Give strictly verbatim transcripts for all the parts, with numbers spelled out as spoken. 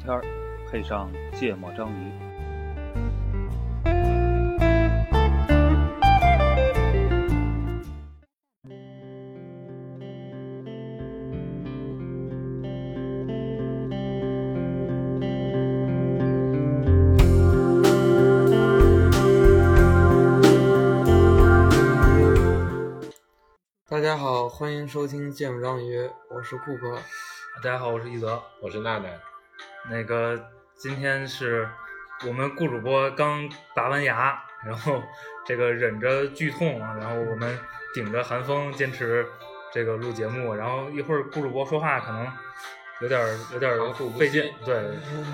天，配上芥末章鱼。 大家好，欢迎收听芥末章鱼，我是顾哥。 大家好，我是一泽， 我是娜娜。 那个今天是我们顾主播刚拔完牙，然后这个忍着剧痛，然后我们顶着寒风坚持这个录节目，然后一会儿顾主播说话可能有点有点费劲，对。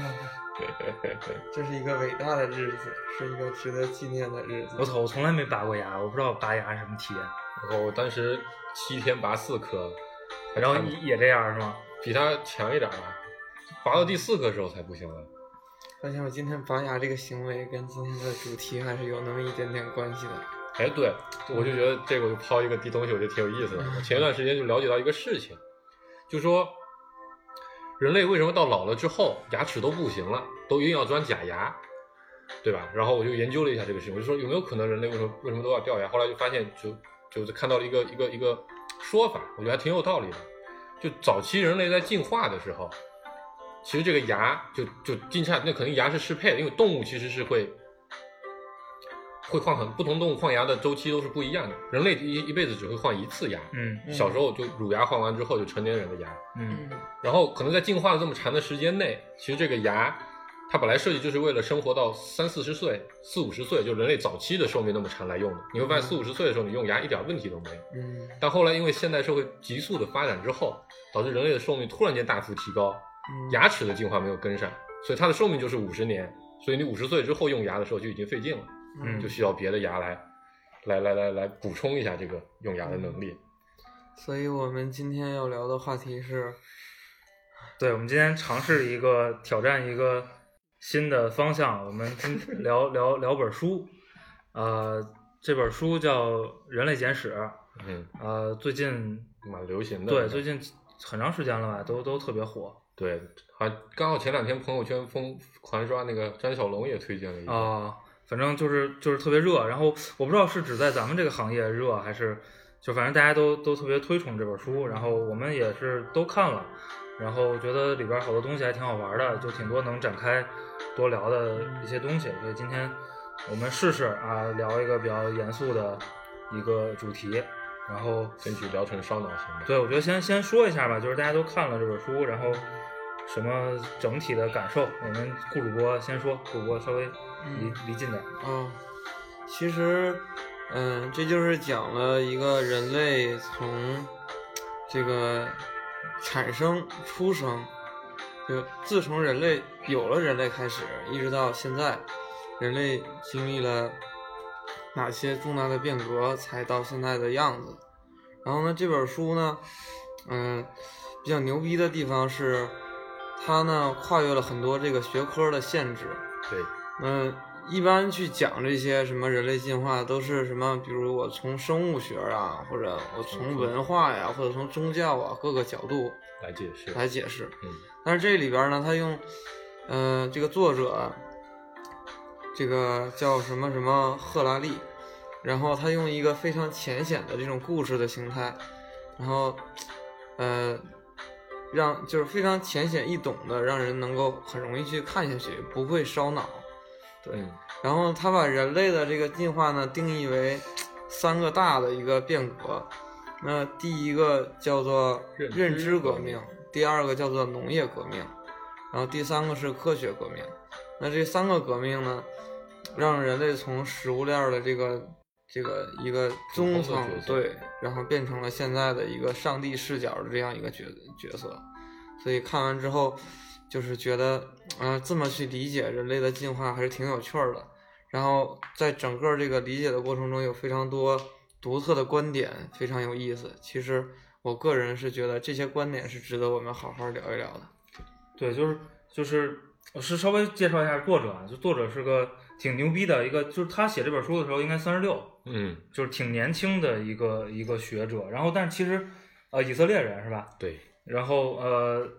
这是一个伟大的日子，是一个值得纪念的日子。 我操，我从来没拔过牙，我不知道拔牙是什么体验。 然后我当时七天拔四颗， 然后也这样是吗？ 比他强一点吧，拔到第四颗时候才不行了。 发现我今天拔牙这个行为跟今天的主题还是有那么一点点关系的。 哎，对，我就觉得这个我就抛一个低东西，我觉得挺有意思的。我前一段时间就了解到一个事情，就说人类为什么到老了之后牙齿都不行了，都硬要装假牙，对吧？然后我就研究了一下这个事情，我就说有没有可能人类为什么为什么都要掉牙？后来就发现就就是看到了一个一个一个说法，我觉得还挺有道理的。就早期人类在进化的时候，其实这个牙就就进差，那肯定牙是适配的，因为动物其实是会会换很不同动物换牙的周期都是不一样的。人类一一辈子只会换一次牙， 嗯， 小时候就乳牙换完之后就成年人的牙， 嗯， 然后可能在进化的这么长的时间内，其实这个牙它本来设计就是为了生活到三四十岁、四五十岁，就人类早期的寿命那么长来用的。你会发现四五十岁的时候你用牙一点问题都没有。 嗯， 但后来因为现代社会急速的发展之后，导致人类的寿命突然间大幅提高， 嗯、 牙齿的进化没有跟上，所以它的寿命就是五十年。所以你五十岁之后用牙的时候就已经费劲了， 嗯， 就需要别的牙来来来来来补充一下这个用牙的能力。 所以我们今天要聊的话题是， 对，我们今天尝试一个挑战一个新的方向，我们今聊聊聊本书，呃，这本书叫《人类简史》， 嗯， 呃，最近蛮流行的， 对，最近很长时间了吧，都都特别火。 对，还刚好前两天朋友圈疯狂刷那个张小龙也推荐了一个啊、呃，反正就是就是特别热，然后我不知道是指在咱们这个行业热，还是就反正大家都都特别推崇这本书，然后我们也是都看了。然后觉得里边好多东西还挺好玩的，就挺多能展开多聊的一些东西，所以今天我们试试啊，聊一个比较严肃的一个主题，然后争取聊成烧脑型的。 对，我觉得先先说一下吧，就是大家都看了这本书，然后什么整体的感受，我们顾主播先说，顾主播稍微离、嗯、离近点。 嗯，其实，嗯，这就是讲了一个人类从这个产生出生，就自从人类有了人类开始，一直到现在，人类经历了哪些重大的变革才到现在的样子。然后呢，这本书呢，嗯，比较牛逼的地方是它呢跨越了很多这个学科的限制。 对， 嗯，一般去讲这些什么人类进化都是什么，比如我从生物学啊，或者我从文化呀，或者从宗教啊各个角度来解释来解释。 嗯， 但是这里边呢，他用，嗯、呃，这个作者，这个叫什么什么赫拉利，然后他用一个非常浅显的这种故事的形态，然后，呃，让就是非常浅显易懂的，让人能够很容易去看下去，不会烧脑。对， 嗯、 然后他把人类的这个进化呢定义为三个大的一个变革。那第一个叫做认知革命，第二个叫做农业革命，然后第三个是科学革命。那这三个革命呢，让人类从食物链的这个这个一个中层，对，然后变成了现在的一个上帝视角的这样一个角角色。所以看完之后，就是觉得，啊、呃，这么去理解人类的进化还是挺有趣的。然后在整个这个理解的过程中，有非常多独特的观点，非常有意思。其实我个人是觉得这些观点是值得我们好好聊一聊的。 对，就是就是我是稍微介绍一下作者啊，就作者是个挺牛逼的一个，就是他写这本书的时候应该三十六， 嗯， 就是挺年轻的一个一个学者。然后但是其实呃以色列人是吧？ 对。 然后呃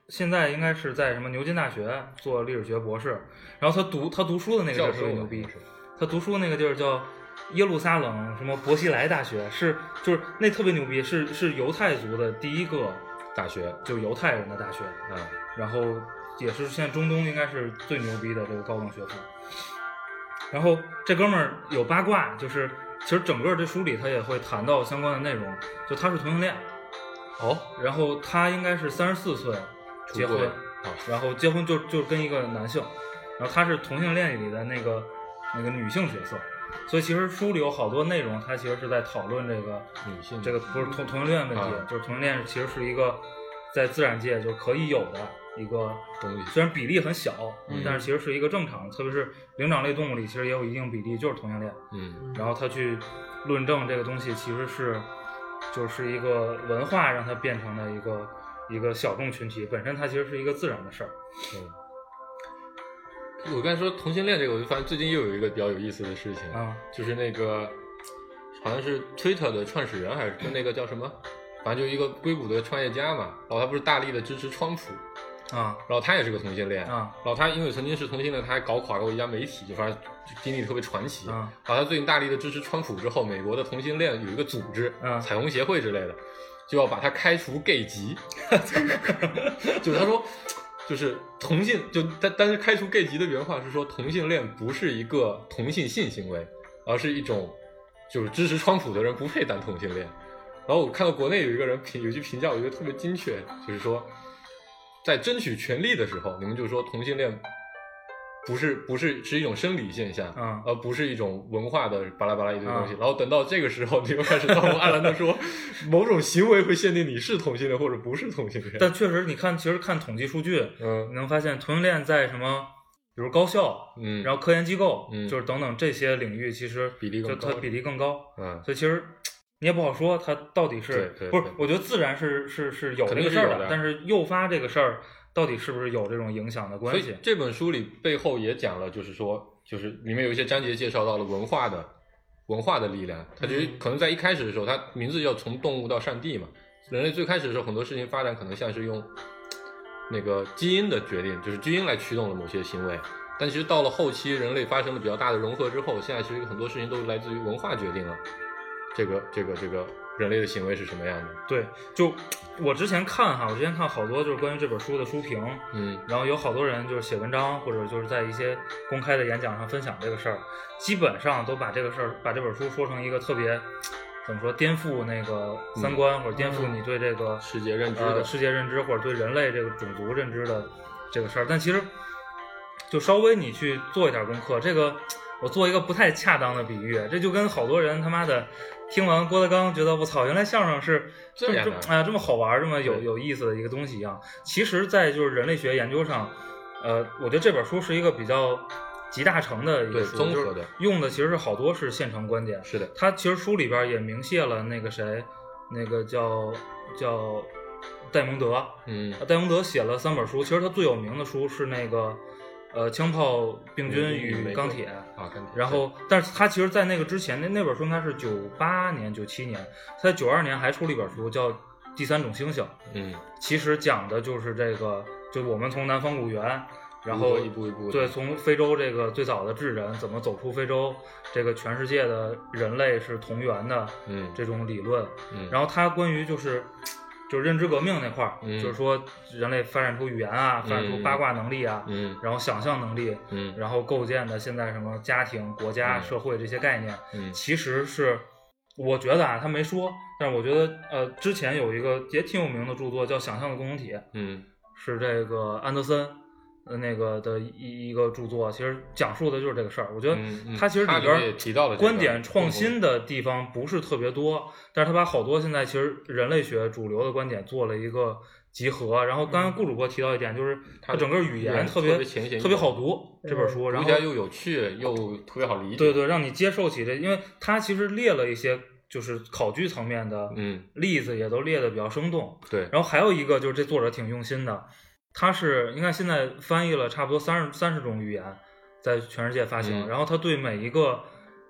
现在应该是在什么牛津大学做历史学博士，然后他读他读书的那个地儿特别牛逼，他读书那个地儿叫耶路撒冷什么伯希莱大学，是就是那特别牛逼，是是犹太族的第一个大学， 就犹太人的大学啊、嗯，然后也是现在中东应该是最牛逼的这个高等学府。然后这哥们儿有八卦，就是其实整个这书里他也会谈到相关的内容，就他是同性恋。 哦， 然后他应该是三十四岁结婚， 哦、 然后结婚就就跟一个男性，然后他是同性恋里的那个那个女性角色，所以其实书里有好多内容，他其实是在讨论这个女性这个不是同同性恋问题、 啊， 就是同性恋其实是一个在自然界就可以有的一个东西， 虽然比例很小、 嗯， 但是其实是一个正常的，特别是灵长类动物里其实也有一定比例就是同性恋， 嗯， 然后他去论证这个东西其实是。就是一个文化让它变成了一个一个小众群体，本身它其实是一个自然的事儿。 嗯，我刚才说同性恋这个，我就发现最近又有一个比较有意思的事情啊，就是那个好像是 Twitter 的创始人还是跟那个叫什么，反正就一个硅谷的创业家嘛，然后他不是大力的支持川普。 啊， 然后他也是个同性恋啊， 然后他因为曾经是同性恋，他还搞垮过一家媒体，就反正经历特别传奇啊。 然后他最近大力的支持川普之后，美国的同性恋有一个组织， 啊、 彩虹协会之类的，就要把他开除 gay 籍。就是他说，就是同性就但但是开除 gay 籍的原话是说，同性恋不是一个同性性行为，而是一种就是支持川普的人不配当同性恋。然后我看到国内有一个人评有一句评价，我觉得特别精确，就是说。在争取权利的时候，你们就说同性恋不是不是是一种生理现象， 嗯， 而不是一种文化的巴拉巴拉一堆东西。嗯、然后等到这个时候，你又开始到艾兰德说，某种行为会限定你是同性恋或者不是同性恋。 但确实，你看，其实看统计数据， 嗯， 你能发现同性恋在什么，比如高校， 嗯， 然后科研机构， 嗯， 就是等等这些领域，其实比例更高， 就它比例更高， 嗯， 所以其实。你也不好说它到底是对对对不是？我觉得自然是是是有这个事儿的，但是诱发这个事儿到底是不是有这种影响的关系？ 所以这本书里背后也讲了，就是说，就是里面有一些章节介绍到了文化的文化的力量。它觉得可能在一开始的时候，它名字叫从动物到上帝嘛。人类最开始的时候，很多事情发展可能像是用那个基因的决定，就是基因来驱动了某些行为。但其实到了后期，人类发生了比较大的融合之后，现在其实很多事情都来自于文化决定了。这个这个这个人类的行为是什么样的？ 对，就我之前看哈，我之前看好多就是关于这本书的书评， 嗯， 然后有好多人就是写文章或者就是在一些公开的演讲上分享这个事儿，基本上都把这个事儿把这本书说成一个特别怎么说颠覆那个三观、嗯、或者颠覆你对这个世界认知的、 呃、世界认知或者对人类这个种族认知的这个事儿，但其实就稍微你去做一点功课，这个我做一个不太恰当的比喻，这就跟好多人他妈的。听完郭德纲觉得我操，原来相声是这么这么哎呀这么好玩，这么有有意思的一个东西一样。其实，在就是人类学研究上，呃，我觉得这本书是一个比较集大成的一个书， 综合的， 用的其实是好多是现成观点。 是的， 他其实书里边也明谢了那个谁，那个叫叫戴蒙德， 嗯， 戴蒙德写了三本书，其实他最有名的书是那个。呃，枪炮、病菌与钢铁啊，钢铁。 然后，但是他其实，在那个之前，那那本书应该是九八年、九七年，他在九二年还出了一本书，叫《第三种猩猩》。 嗯， 其实讲的就是这个，就我们从南方古猿，然后一步一步， 对，从非洲这个最早的智人怎么走出非洲，这个全世界的人类是同源的， 嗯， 这种理论。 嗯， 然后他关于就是。就是认知革命那块儿、 嗯， 就是说人类发展出语言啊， 嗯、 发展出八卦能力啊， 嗯， 然后想象能力， 嗯， 然后构建的现在什么家庭、国家、 嗯、 社会这些概念， 嗯， 其实是我觉得啊，他没说，但是我觉得呃，之前有一个也挺有名的著作叫《想象的共同体》， 嗯， 是这个安德森。呃，那个的一一个著作，其实讲述的就是这个事儿。我觉得他其实里边观点创新的地方不是特别多，但是他把好多现在其实人类学主流的观点做了一个集合。然后刚刚顾主播提到一点，就是他整个语言特别特别好读这本书，然后又有趣又特别好理解。 对对，让你接受起这，因为他其实列了一些就是考据层面的例子，也都列的比较生动。 对， 然后还有一个就是这作者挺用心的。他是应该现在翻译了差不多三十三十种语言，在全世界发行、嗯。然后他对每一个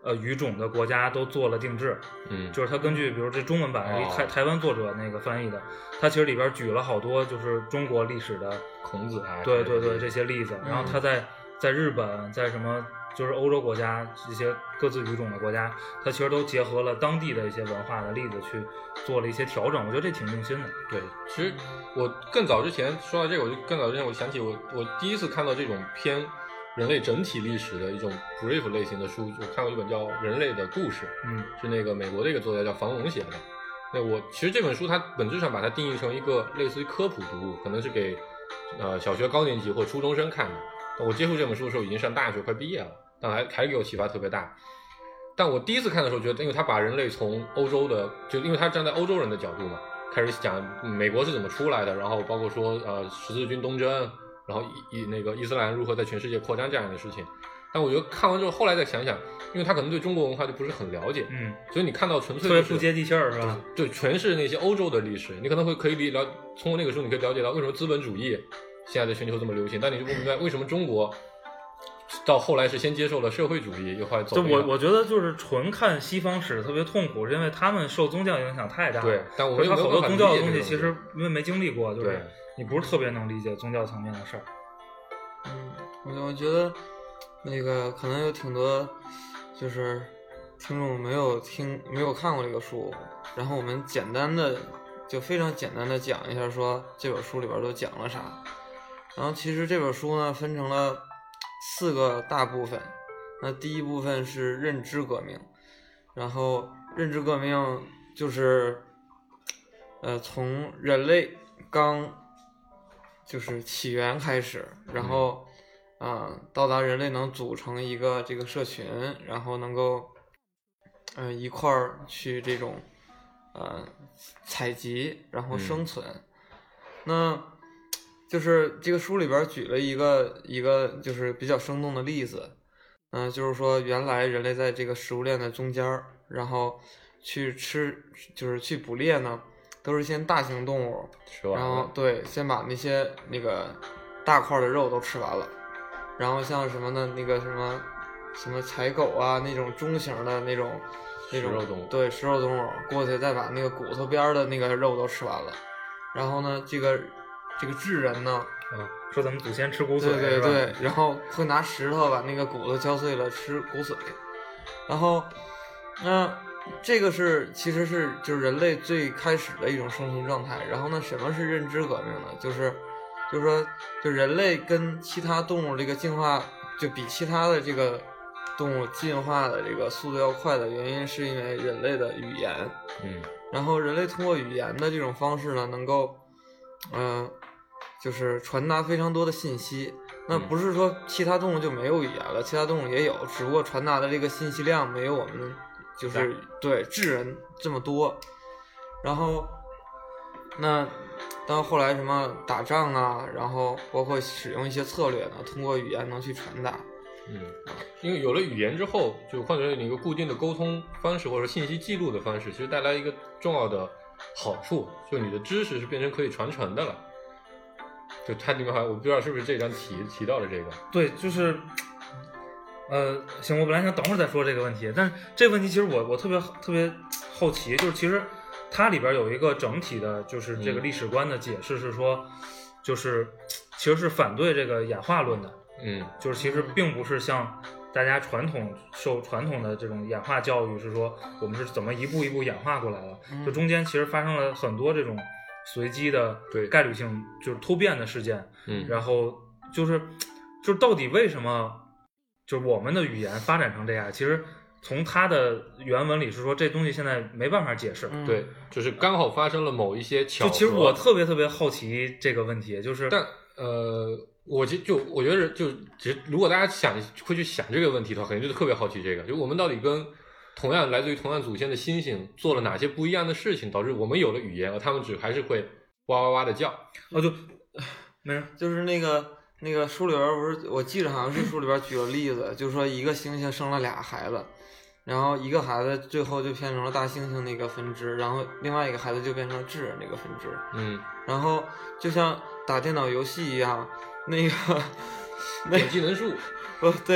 呃语种的国家都做了定制， 嗯， 就是它根据比如这中文版是一台、 哦、 台湾作者那个翻译的，它其实里边举了好多就是中国历史的孔子啊， 对对对这些例子， 嗯、 然后它在在日本，在什么就是欧洲国家这些各自语种的国家，它其实都结合了当地的一些文化的例子去做了一些调整，我觉得这挺用心的。 对，其实我更早之前说到这个，我就更早之前我想起我我第一次看到这种偏人类整体历史的一种 brief 类型的书，我看过一本叫《人类的故事》， 嗯， 是那个美国的一个作家叫房龙写的。那我其实这本书它本质上把它定义成一个类似于科普读物，可能是给呃小学高年级或初中生看的。我接触这本书的时候已经上大学快毕业了，但还还给我启发特别大。但我第一次看的时候觉得，因为他把人类从欧洲的，就因为他站在欧洲人的角度嘛，开始讲美国是怎么出来的，然后包括说呃十字军东征，然后以那个伊斯兰如何在全世界扩张这样的事情。但我觉得看完之后，后来再想想，因为他可能对中国文化就不是很了解， 嗯， 所以你看到纯粹、 就是、特别不接地气儿，是吧？ 就全是那些欧洲的历史，你可能会可以了通过那个书，你可以了解到为什么资本主义现在在全球这么流行，但你就不明白为什么中国到后来是先接受了社会主义，又后来走。 就我我觉得就是纯看西方史特别痛苦，是因为他们受宗教影响太大了。 对，但我们他好多宗教的东西其实因为没经历过，就是对你不是特别能理解宗教层面的事儿。 嗯，我我觉得那个可能有挺多就是听众没有听没有看过这个书，然后我们简单的就非常简单的讲一下，说这本书里边都讲了啥。然后其实这本书呢分成了四个大部分。那第一部分是认知革命，然后认知革命就是呃从人类刚就是起源开始，然后啊、呃、到达人类能组成一个这个社群，然后能够呃一块儿去这种呃采集，然后生存。嗯、那就是这个书里边举了一个一个就是比较生动的例子，嗯、呃，就是说原来人类在这个食物链的中间，然后去吃就是去捕猎呢，都是先大型动物，然后对，先把那些那个大块的肉都吃完了，然后像什么呢，那个什么什么豺狗啊，那种中型的那种那种食肉动物， 对，食肉动物过去再把那个骨头边的那个肉都吃完了，然后呢，这个这个智人呢， 啊，说咱们祖先吃骨髓， 对对对，然后会拿石头把那个骨头敲碎了吃骨髓，然后那。这个是其实是就是人类最开始的一种生存状态。然后呢，什么是认知革命呢？就是就是说，就人类跟其他动物这个进化，就比其他的这个动物进化的这个速度要快的原因，是因为人类的语言。 嗯， 然后人类通过语言的这种方式呢，能够嗯、呃，就是传达非常多的信息。那不是说其他动物就没有语言了，其他动物也有，只不过传达的这个信息量没有我们。就是对智人这么多，然后那到后来什么打仗啊，然后包括使用一些策略呢，通过语言能去传达。 嗯，因为有了语言之后，就换成一个固定的沟通方式或者信息记录的方式，其实带来一个重要的好处，就你的知识是变成可以传承的了。就它里面好像我不知道是不是这章提提到了这个。 对，就是。呃，行，我本来想等会儿再说这个问题，但是这个问题其实我我特别特别好奇，就是其实它里边有一个整体的，就是这个历史观的解释是说，嗯、就是其实是反对这个演化论的， 嗯， 就是其实并不是像大家传统受传统的这种演化教育是说我们是怎么一步一步演化过来了， 嗯、 就中间其实发生了很多这种随机的对概率性就是突变的事件， 嗯， 然后就是就是到底为什么？就是我们的语言发展成这样，其实从它的原文里是说这东西现在没办法解释。 嗯、 对，就是刚好发生了某一些巧合。 就其实我特别特别好奇这个问题，就是但呃，我就就我觉得就其实如果大家想会去想这个问题的话，肯定就是特别好奇这个，就我们到底跟同样来自于同样祖先的猩猩做了哪些不一样的事情，导致我们有了语言，而他们只还是会哇哇哇的叫。 哦，就没人， 就是那个。那个书里边不是，我记得好像是书里边举了例子，就是说一个猩猩生了俩孩子，然后一个孩子最后就变成了大猩猩那个分支，然后另外一个孩子就变成了智人那个分支。 嗯， 然后就像打电脑游戏一样，那个点技能树， 不对，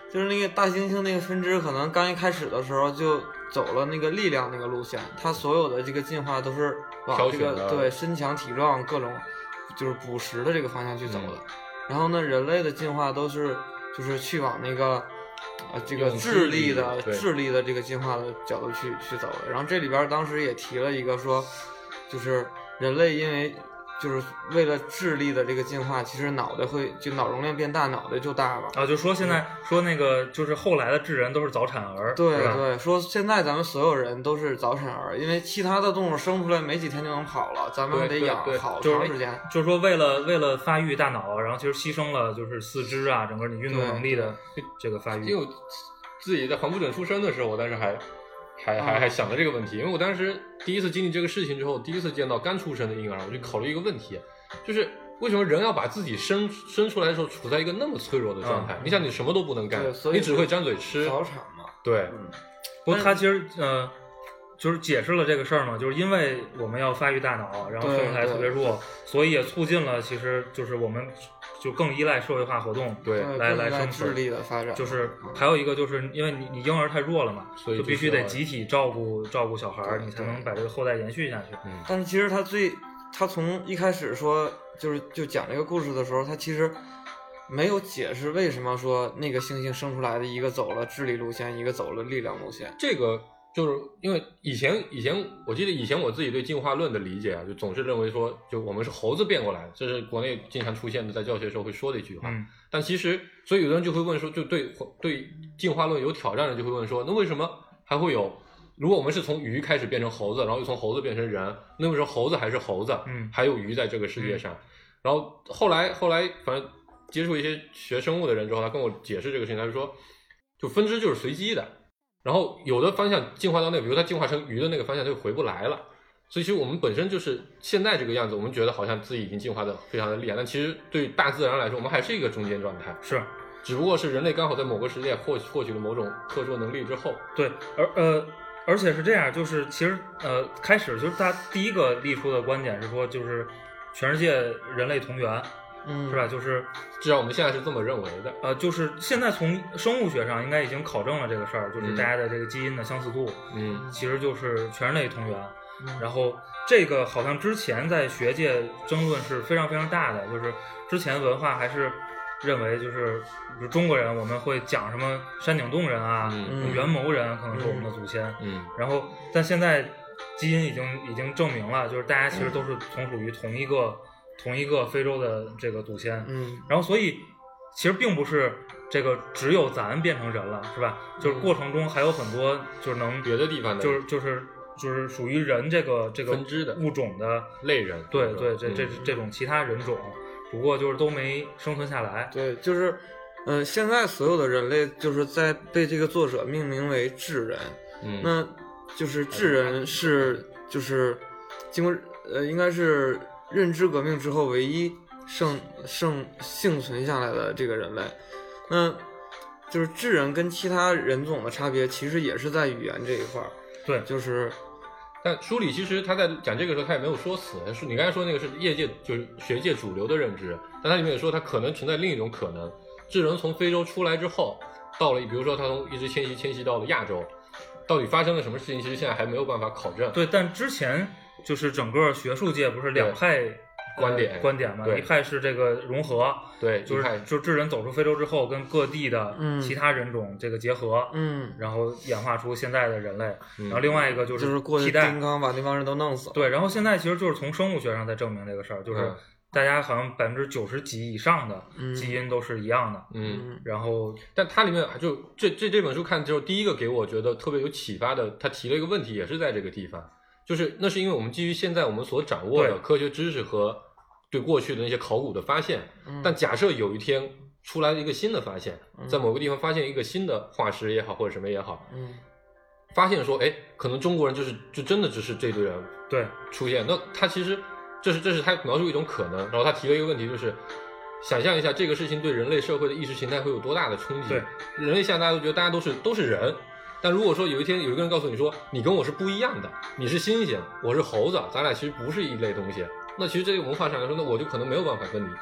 就是那个大猩猩那个分支，可能刚一开始的时候就走了那个力量那个路线，它所有的这个进化都是往这个对身强体壮各种就是捕食的这个方向去走的。嗯、然后呢，人类的进化都是就是去往那个呃这个智力的智力的这个进化的角度去去走的。然后这里边当时也提了一个说，就是人类因为就是为了智力的这个进化，其实脑袋会就脑容量变大，脑袋就大了啊。就说现在、嗯、说那个就是后来的智人都是早产儿， 对对，说现在咱们所有人都是早产儿，因为其他的动物生出来没几天就能跑了，咱们还得养好长时间。 就是说为了为了发育大脑，然后其实牺牲了就是四肢啊，整个你运动能力的这个发育。 因为我自己在黄埔准出生的时候，我当时还。还还还想着这个问题，因为我当时第一次经历这个事情之后，第一次见到刚出生的婴儿，我就考虑一个问题，就是为什么人要把自己生生出来的时候处在一个那么脆弱的状态？嗯、你想，你什么都不能干，你只会张嘴吃。 早产嘛。 对。 嗯、不过他其实呃，就是解释了这个事儿嘛，就是因为我们要发育大脑，然后生出来特别弱，所以也促进了其实就是我们。就更依赖社会化活动， 对， 来来生存。智力的发展， 就是还有一个就是因为你你婴儿太弱了嘛， 所以就必须得集体照顾照顾小孩，你才能把这个后代延续下去。 嗯，但是其实他最他从一开始说就是就讲这个故事的时候，他其实没有解释为什么说那个猩猩生出来的一个走了智力路线，一个走了力量路线。 这个就是因为以前以前我记得以前我自己对进化论的理解啊，就总是认为说，就我们是猴子变过来的，这是国内经常出现的，在教学的时候会说的一句话。嗯、但其实，所以有的人就会问说，就对对进化论有挑战的人就会问说，那为什么还会有？如果我们是从鱼开始变成猴子，然后又从猴子变成人，那为什么猴子还是猴子？嗯，还有鱼在这个世界上。嗯、然后后来后来，反正接触一些学生物的人之后，他跟我解释这个事情，他就说，就分支就是随机的。然后有的方向进化到那个，比如它进化成鱼的那个方向就回不来了，所以其实我们本身就是现在这个样子，我们觉得好像自己已经进化的非常的厉害，但其实对大自然来说，我们还是一个中间状态， 是， 只不过是人类刚好在某个时间获获取了某种特殊能力之后， 对，而呃，而且是这样，就是其实呃，开始就是他第一个立出的观点是说，就是全世界人类同源。 嗯， 是吧？就是至少我们现在是这么认为的。 呃，就是现在从生物学上应该已经考证了这个事儿，就是大家的这个基因的相似度， 嗯， 其实就是全人类同源。嗯、然后这个好像之前在学界争论是非常非常大的，就是之前文化还是认为就是比如中国人我们会讲什么山顶洞人啊、 嗯、 元谋人可能是我们的祖先， 嗯， 然后但现在基因已经已经证明了，就是大家其实都是从属于同一个。同一个非洲的这个祖先， 嗯， 然后所以其实并不是这个只有咱变成人了，是吧？就是过程中还有很多就是能别的地方的， 就是就是就是属于人这个这个分支的物种的类人， 对对，这这这种其他人种，不过就是都没生存下来。 对，就是嗯、呃，现在所有的人类就是在被这个作者命名为智人， 嗯， 那就是智人是就是经过呃应该是。认知革命之后唯一剩剩幸存下来的这个人类，那就是智人跟其他人种的差别其实也是在语言这一块儿。 对， 就是但书里其实他在讲这个时候他也没有说死，是你刚才说那个是业界就是学界主流的认知，但他里面也说他可能存在另一种可能，智人从非洲出来之后到了比如说他从一直迁徙迁徙到了亚洲，到底发生了什么事情其实现在还没有办法考证。 对，但之前就是整个学术界不是两派观点、 呃、观点嘛？一派是这个融合， 对， 就是就智人走出非洲之后，跟各地的其他人种这个结合， 嗯， 然后演化出现在的人类。 嗯、 然后另外一个就是就是过去金刚把那帮人都弄死了。 对，然后现在其实就是从生物学上在证明这个事儿，就是大家好像百分之九十几以上的基因都是一样的。 嗯， 然后但它里面就这这这本书看之后，第一个给我觉得特别有启发的，他提了一个问题，也是在这个地方。就是那是因为我们基于现在我们所掌握的科学知识和对过去的那些考古的发现，但假设有一天出来一个新的发现，在某个地方发现一个新的化石也好或者什么也好， 嗯， 发现说哎，可能中国人就是就真的只是这堆人对出现，那他其实这是这是他描述一种可能，然后他提了一个问题，就是想象一下这个事情对人类社会的意识形态会有多大的冲击。 对， 人类现在大家都觉得大家都是都是人。但如果说有一天有一个人告诉你说你跟我是不一样的，你是猩猩我是猴子，咱俩其实不是一类东西，那其实这个文化上来说，那我就可能没有办法跟你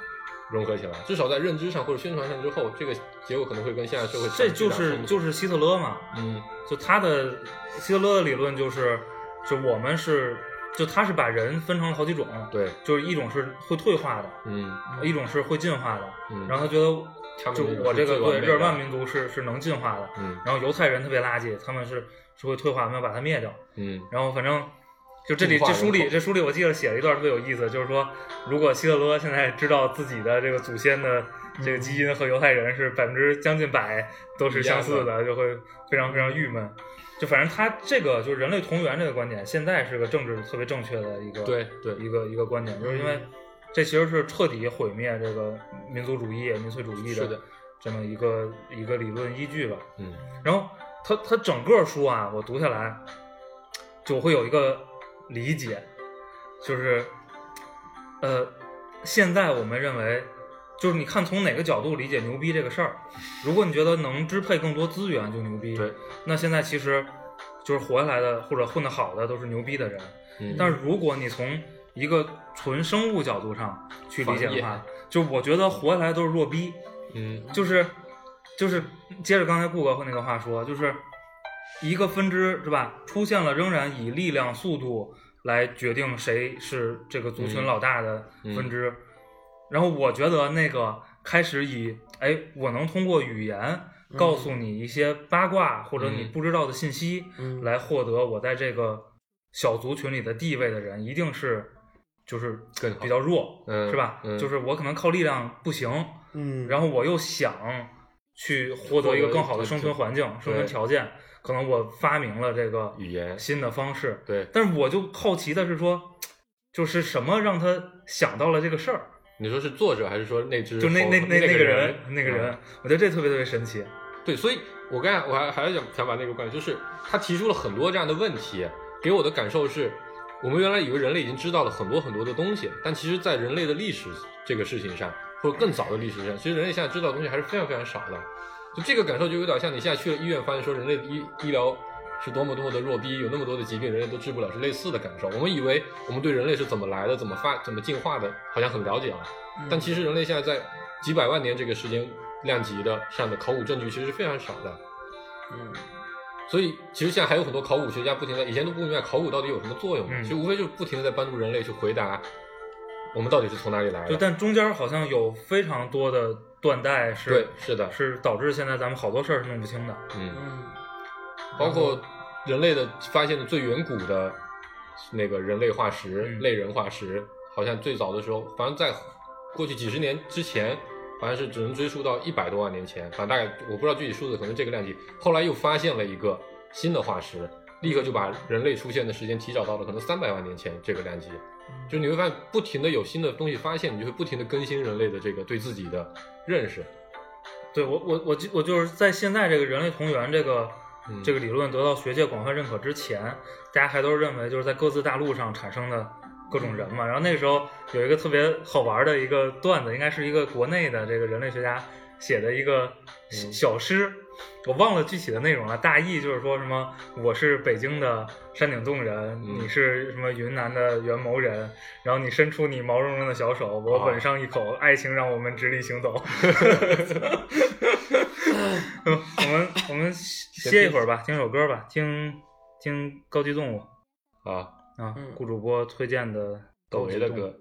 融合起来，至少在认知上或者宣传上之后，这个结果可能会跟现在社会这就是就是希特勒嘛， 嗯， 就他的希特勒的理论就是，就我们是就他是把人分成了好几种， 对， 就是一种是会退化的， 嗯， 一种是会进化的， 嗯， 然后他觉得就我这个对日耳曼民族是是能进化的， 嗯， 然后犹太人特别垃圾，他们是是会退化，我们要把它灭掉， 嗯， 然后反正。就这里这书里这书里我记得写了一段特别有意思，就是说，如果希特勒现在知道自己的这个祖先的这个基因和犹太人是百分之将近百都是相似的，就会非常非常郁闷。就反正他这个就是人类同源这个观点，现在是个政治特别正确的一个对对一个一个观点，就是因为这其实是彻底毁灭这个民族主义、民粹主义的这么一个一个理论依据吧。 嗯， 然后他他整个书啊，我读下来就会有一个理解，就是呃现在我们认为就是你看从哪个角度理解牛逼这个事儿，如果你觉得能支配更多资源就牛逼， 对， 那现在其实就是活下来的或者混得好的都是牛逼的人， 嗯， 但是如果你从一个纯生物角度上去理解的话，就我觉得活下来都是弱逼， 嗯， 就是就是接着刚才顾哥那个话说，就是一个分支是吧，出现了仍然以力量速度来决定谁是这个族群老大的分支，嗯嗯，然后我觉得那个开始以哎我能通过语言告诉你一些八卦，嗯，或者你不知道的信息，嗯，来获得我在这个小族群里的地位的人一定是就是比较弱， 嗯， 是吧，嗯，就是我可能靠力量不行，嗯，然后我又想去获得一个更好的生存环境生存条件，可能我发明了这个语言新的方式， 对， 但是我就好奇的是说，就是什么让他想到了这个事儿？ 你说是作者还是说那只就那那那那个人那个人， 嗯， 我觉得这特别特别神奇。 对，所以我刚才我还还是想想把那个观点，就是他提出了很多这样的问题，给我的感受是，我们原来以为人类已经知道了很多很多的东西，但其实在人类的历史这个事情上，或者更早的历史上，其实人类现在知道的东西还是非常非常少的。就这个感受就有点像你现在去了医院，发现说人类的医医疗是多么多么的弱逼，有那么多的疾病人类都治不了，是类似的感受。我们以为我们对人类是怎么来的，怎么发怎么进化的，好像很了解啊，嗯，但其实人类现在在几百万年这个时间量级的上的考古证据其实是非常少的。 嗯， 所以其实现在还有很多考古学家不停的，以前都不明白考古到底有什么作用，嗯，其实无非就是不停的在帮助人类去回答我们到底是从哪里来的。 对，但中间好像有非常多的断代是， 对，是的， 是导致现在咱们好多事儿是弄不清的。 嗯，包括人类的发现的最远古的那个人类化石，嗯，类人化石，好像最早的时候，反正在过去几十年之前，好像是只能追溯到一百多万年前，反正大概我不知道具体数字，可能这个量级。后来又发现了一个新的化石，立刻就把人类出现的时间提早到了可能三百万年前这个量级。就你会发现不停的有新的东西发现，你就会不停的更新人类的这个对自己的认识。 对，我我我我就是在现在这个人类同源这个、嗯、这个理论得到学界广泛认可之前，大家还都是认为就是在各自大陆上产生的各种人嘛。然后那个时候有一个特别好玩的一个段子，应该是一个国内的这个人类学家写的一个小诗，嗯，我忘了具体的内容了，大意就是说什么我是北京的山顶洞人，嗯，你是什么云南的元谋人，然后你伸出你毛茸茸的小手，我吻上一口，哦，爱情让我们直立行走。我们我们歇一会儿吧，听首歌吧，听听高级动物啊啊，顾主播推荐的窦唯的歌。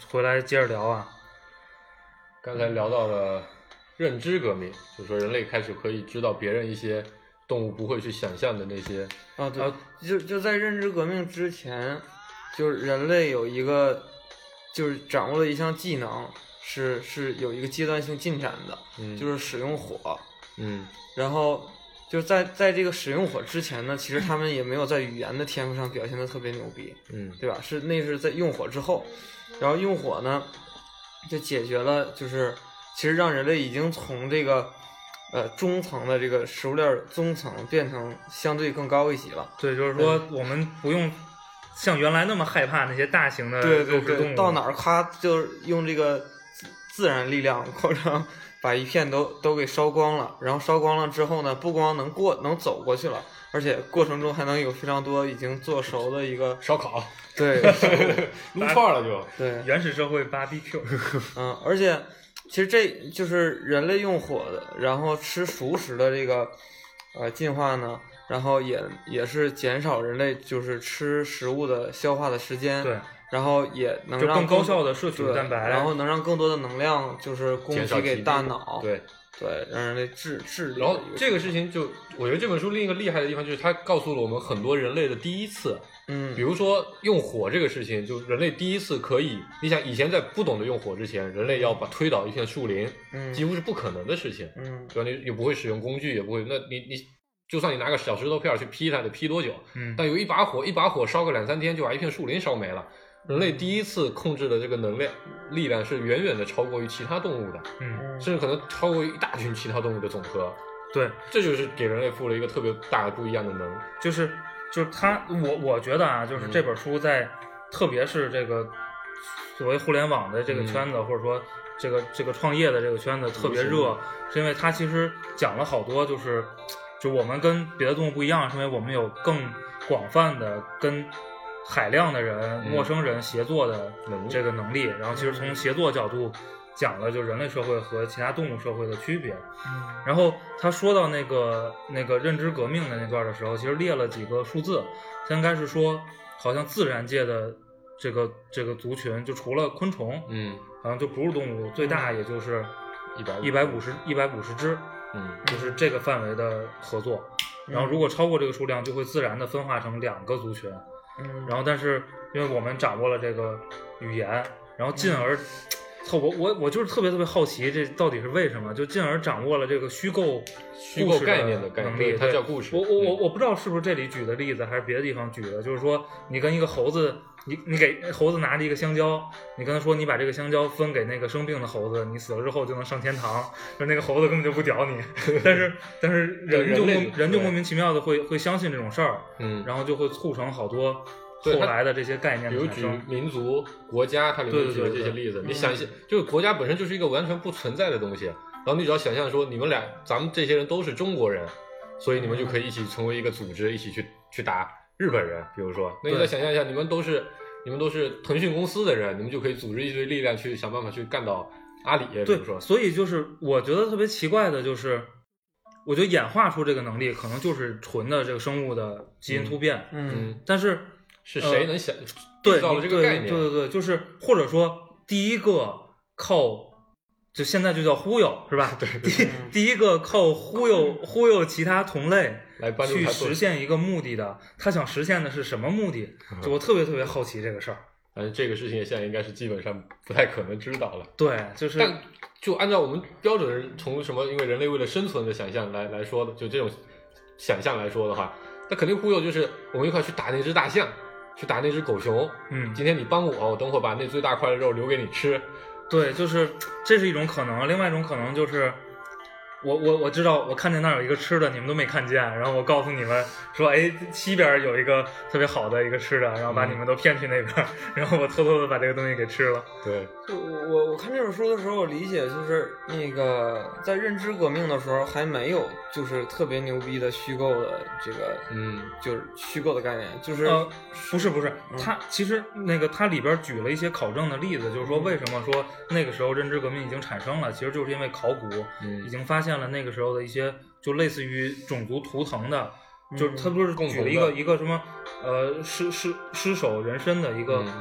回来接着聊啊。 刚才聊到了认知革命，就说人类开始可以知道别人一些动物不会去想象的那些啊，对，就就在认知革命之前，就是人类有一个，就是掌握了一项技能，是是有一个阶段性进展的， 嗯、 就是使用火， 嗯， 然后就在在这个使用火之前呢，其实他们也没有在语言的天赋上表现的特别牛逼， 嗯， 对吧？是那是在用火之后，然后用火呢，就解决了，就是其实让人类已经从这个。呃，中层的这个食物链中层变成相对更高一级了。 对，就是说我们不用像原来那么害怕那些大型的对对对， 肉食动物， 到哪儿咔就是用这个自然力量扩张，把一片都都给烧光了。然后烧光了之后呢，不光能过能走过去了，而且过程中还能有非常多已经做熟的一个烧烤， 对， 撸串了就对， 原始社会 B B Q， 嗯，而且。其实这就是人类用火的，然后吃熟食的这个呃进化呢，然后也也是减少人类就是吃食物的消化的时间， 对， 然后也能让更高效的摄取蛋白， 然后能让更多的能量就是供给给大脑， 对对，让人类智智力。 然后这个事情就我觉得这本书另一个厉害的地方就是它告诉了我们很多人类的第一次。 嗯， 比如说用火这个事情，就人类第一次可以，你想以前在不懂得用火之前，人类要把推倒一片树林， 嗯， 几乎是不可能的事情， 嗯， 对吧？你也不会使用工具，也不会，那你你就算你拿个小石头片去劈它，得劈多久？ 嗯， 但有一把火，一把火烧个两三天就把一片树林烧没了。人类第一次控制的这个能量力量是远远的超过于其他动物的， 嗯， 甚至可能超过于一大群其他动物的总和。 对， 这就是给人类赋了一个特别大的不一样的能， 就是。就是他，我我觉得啊，就是这本书在，嗯、特别是这个所谓互联网的这个圈子，嗯、或者说这个这个创业的这个圈子特别热，是因为它其实讲了好多，就是就我们跟别的动物不一样，是因为我们有更广泛的跟海量的人、嗯、陌生人协作的这个能力，嗯、然后其实从协作角度讲了就人类社会和其他动物社会的区别。 嗯， 然后他说到那个那个认知革命的那段的时候，其实列了几个数字，他应该是说好像自然界的这个这个族群，就除了昆虫， 嗯， 好像就哺乳动物最大也就是一百一百五十一百五十只， 嗯， 就是这个范围的合作。然后如果超过这个数量，就会自然的分化成两个族群。 嗯， 然后但是因为我们掌握了这个语言，然后进而。操我我我就是特别特别好奇，这到底是为什么？就进而掌握了这个虚构虚构概念的能力， 它叫故事。 我我我我不知道是不是这里举的例子，还是别的地方举的，就是说你跟一个猴子，你你给猴子拿着一个香蕉，你跟他说你把这个香蕉分给那个生病的猴子，你死了之后就能上天堂，就那个猴子根本就不屌你，但是但是人就人, 人就莫名其妙的会会相信这种事儿， 嗯， 然后就会促成好多。后来的这些概念， 比如举民族、国家，它里面举的这些例子，你想一下，就是国家本身就是一个完全不存在的东西，然后你只要想象说，你们俩，咱们这些人都是中国人，所以你们就可以一起成为一个组织，一起去去打日本人，比如说，那你再想象一下，你们都是你们都是腾讯公司的人，你们就可以组织一堆力量去想办法去干倒阿里，比如说。 所以就是我觉得特别奇怪的就是。我觉得演化出这个能力，可能就是纯的这个生物的基因突变， 嗯， 嗯但是。 是谁能想对造了这个概念？ 对对对，就是或者说第一个靠，就现在就叫忽悠是吧？ 对， 第第一个靠忽悠忽悠其他同类来帮助去实现一个目的的，他想实现的是什么目的？就我特别特别好奇这个事儿。 反正这个事情现在应该是基本上不太可能知道了。 对，就是。 但就按照我们标准从什么，因为人类为了生存的想象来来说的，就这种想象来说的话，那肯定忽悠就是我们一块去打那只大象。去打那只狗熊， 嗯， 今天你帮我，我等会儿把那最大块的肉留给你吃。 对，就是这是一种可能，另外一种可能就是，我我我知道，我看见那儿有一个吃的，你们都没看见，然后我告诉你们说，哎，西边有一个特别好的一个吃的，然后把你们都骗去那边，嗯、然后我偷偷的把这个东西给吃了。 对， 就我我看这本书的时候，我理解就是那个在认知革命的时候还没有就是特别牛逼的虚构的这个， 嗯， 就是虚构的概念，就是呃，不是不是，他其实那个他里边举了一些考证的例子，就是说为什么说那个时候认知革命已经产生了，其实就是因为考古已经发现了那个时候的一些就类似于种族图腾的。就是他不是举了一个一个什么呃尸尸尸首人身的一个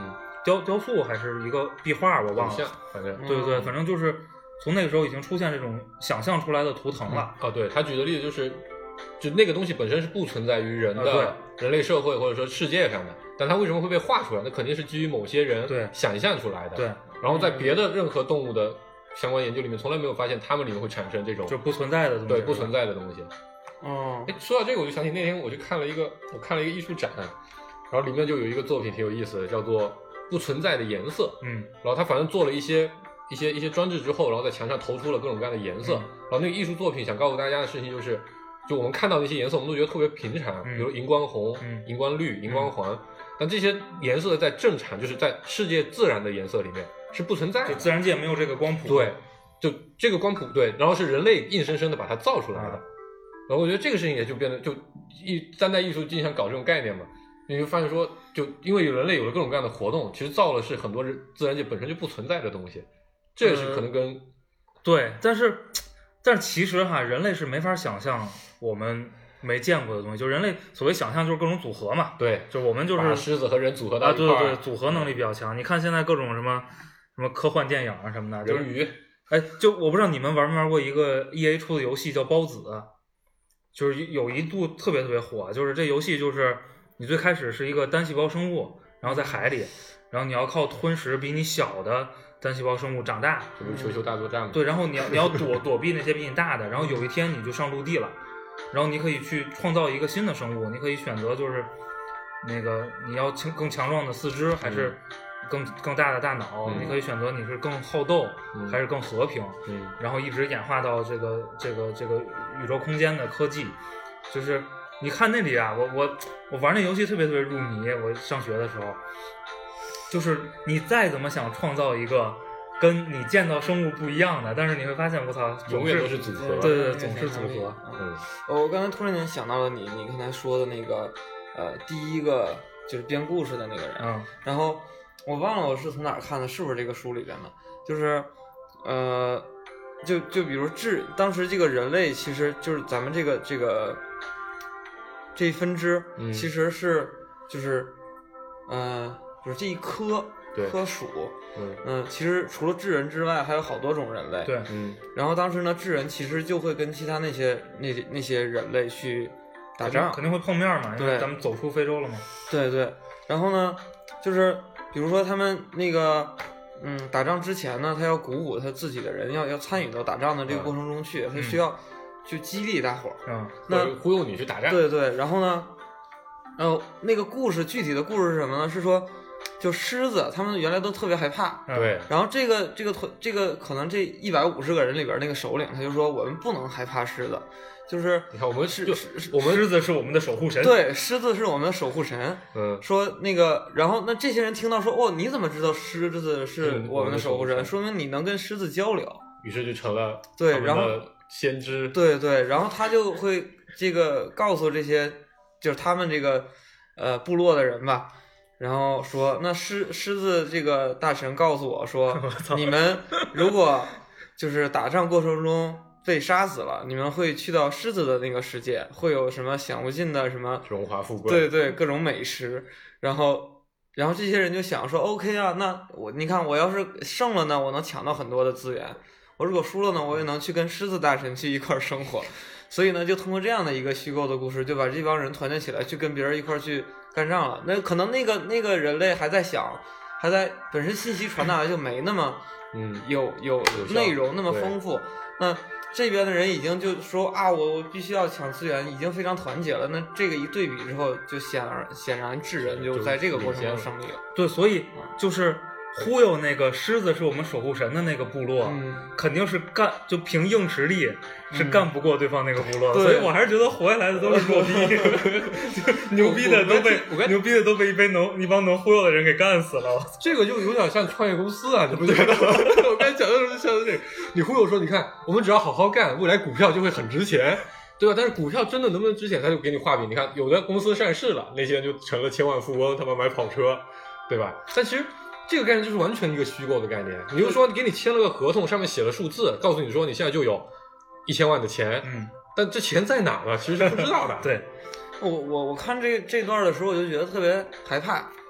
雕雕塑还是一个壁画，我忘了， 反正对对对，反正就是从那个时候已经出现这种想象出来的图腾了。 嗯、哦，对，他举的例子就是，就那个东西本身是不存在于人的、 啊、 人类社会或者说世界上的，但它为什么会被画出来？那肯定是基于某些人想象出来的。 对， 然后在别的任何动物的相关研究里面，从来没有发现它们里面会产生这种就不存在的东西， 对，不存在的东西。 哦， 哎，说到这个，我就想起那天我去看了一个，我看了一个艺术展，然后里面就有一个作品挺有意思的，叫做《不存在的颜色》。 嗯， 然后他反正做了一些一些一些装置之后，然后在墙上投出了各种各样的颜色。 嗯、 然后那个艺术作品想告诉大家的事情就是，就我们看到那些颜色，我们都觉得特别平常， 嗯、 比如荧光红、 嗯、 荧光绿、荧光黄，但这些颜色在正常，就是在世界自然的颜色里面是不存在的， 就自然界没有这个光谱。 对，就这个光谱对，然后是人类硬生生的把它造出来的。嗯，然后我觉得这个事情也就变得就一当代艺术经常搞这种概念嘛，你就发现说，就因为有人类有了各种各样的活动，其实造的是很多人自然界本身就不存在的东西，这也是可能跟、呃、 对，但是但是其实哈，人类是没法想象我们没见过的东西，就人类所谓想象就是各种组合嘛， 对， 就我们就是把狮子和人组合到啊， 一块儿， 对对对，组合能力比较强。你看现在各种什么什么科幻电影啊什么的， 人鱼， 哎，就我不知道你们玩没玩过一个 E A 出的游戏叫孢子。就是有一度特别特别火，就是这游戏就是你最开始是一个单细胞生物，然后在海里，然后你要靠吞食比你小的单细胞生物长大， 这不是球球大作战吗？ 对，然后你要你要躲躲避那些比你大的，然后有一天你就上陆地了，然后你可以去创造一个新的生物，你可以选择就是那个你要强更强壮的四肢还是更更大的大脑、嗯、你可以选择你是更好斗、嗯、还是更和平、嗯、然后一直演化到这个这个这个宇宙空间的科技。就是你看那里啊，我我我玩那游戏特别特别入迷，我上学的时候就是你再怎么想创造一个跟你见到生物不一样的，但是你会发现我操永远都是组合， 对对对，总是组合。 嗯，我刚才突然间想到了你你刚才说的那个呃第一个就是编故事的那个人， 嗯， 然后我忘了我是从哪儿看的，是不是这个书里边的？就是呃，就就比如智，当时这个人类其实就是咱们这个这个这一分支， 嗯、 其实是就是呃，不是这一科科属， 嗯嗯，其实除了智人之外，还有好多种人类。 对， 嗯。 然后当时呢，智人其实就会跟其他那些那那些人类去打仗， 肯定会碰面嘛，因为对， 咱们走出非洲了嘛。 对对。然后呢，就是比如说他们那个，嗯，打仗之前呢，他要鼓舞他自己的人，要要参与到打仗的这个过程中去， 嗯、 他需要去激励大伙儿， 嗯， 那忽悠你去打仗。 对对。然后呢，呃，那个故事具体的故事是什么呢？是说。就狮子，他们原来都特别害怕， 对。 然后这个这个这个可能这一百五十个人里边那个首领，他就说我们不能害怕狮子，就是你看我们是我们狮子是我们的守护神， 对，狮子是我们的守护神。 嗯， 说那个，然后那这些人听到说，哦，你怎么知道狮子是我们的守护神？ 嗯、 说明你能跟狮子交流， 于是就成了对，然后先知， 对对，然后他就会这个告诉这些就是他们这个呃部落的人吧。然后说，那狮狮子这个大神告诉我说，你们如果就是打仗过程中被杀死了，你们会去到狮子的那个世界，会有什么享不尽的什么荣华富贵， 对对，各种美食。然后，然后这些人就想说 ，OK 啊，那我你看我要是胜了呢，我能抢到很多的资源；我如果输了呢，我也能去跟狮子大神去一块生活。所以呢，就通过这样的一个虚构的故事，就把这帮人团结起来，去跟别人一块去干仗了。那可能那个那个人类还在想，还在本身信息传达就没那么嗯有有内容那么丰富。那这边的人已经就说啊，我我必须要抢资源，已经非常团结了。那这个一对比之后，就显然显然智人就在这个过程中胜利了。 对，所以就是忽悠那个狮子是我们守护神的那个部落， 嗯、 肯定是干就凭硬实力是干不过对方那个部落， 嗯、 所以我还是觉得活下来的都是弱逼，牛逼的都被牛逼的都被一杯能一帮能忽悠的人给干死了。 这个就有点像创业公司啊，你不觉得吗？我刚才讲的时候就像这个，你忽悠说，你看我们只要好好干，未来股票就会很值钱。对吧？但是股票真的能不能值钱，他就给你画饼。你看，有的公司上市了，那些人就成了千万富翁，他们买跑车，对吧？但其实这个概念就是完全一个虚构的概念。你就说给你签了个合同，上面写了数字，告诉你说你现在就有一千万的钱， 嗯， 但这钱在哪呢？其实是不知道的。 对， 我我我看这这段的时候，我就觉得特别害怕。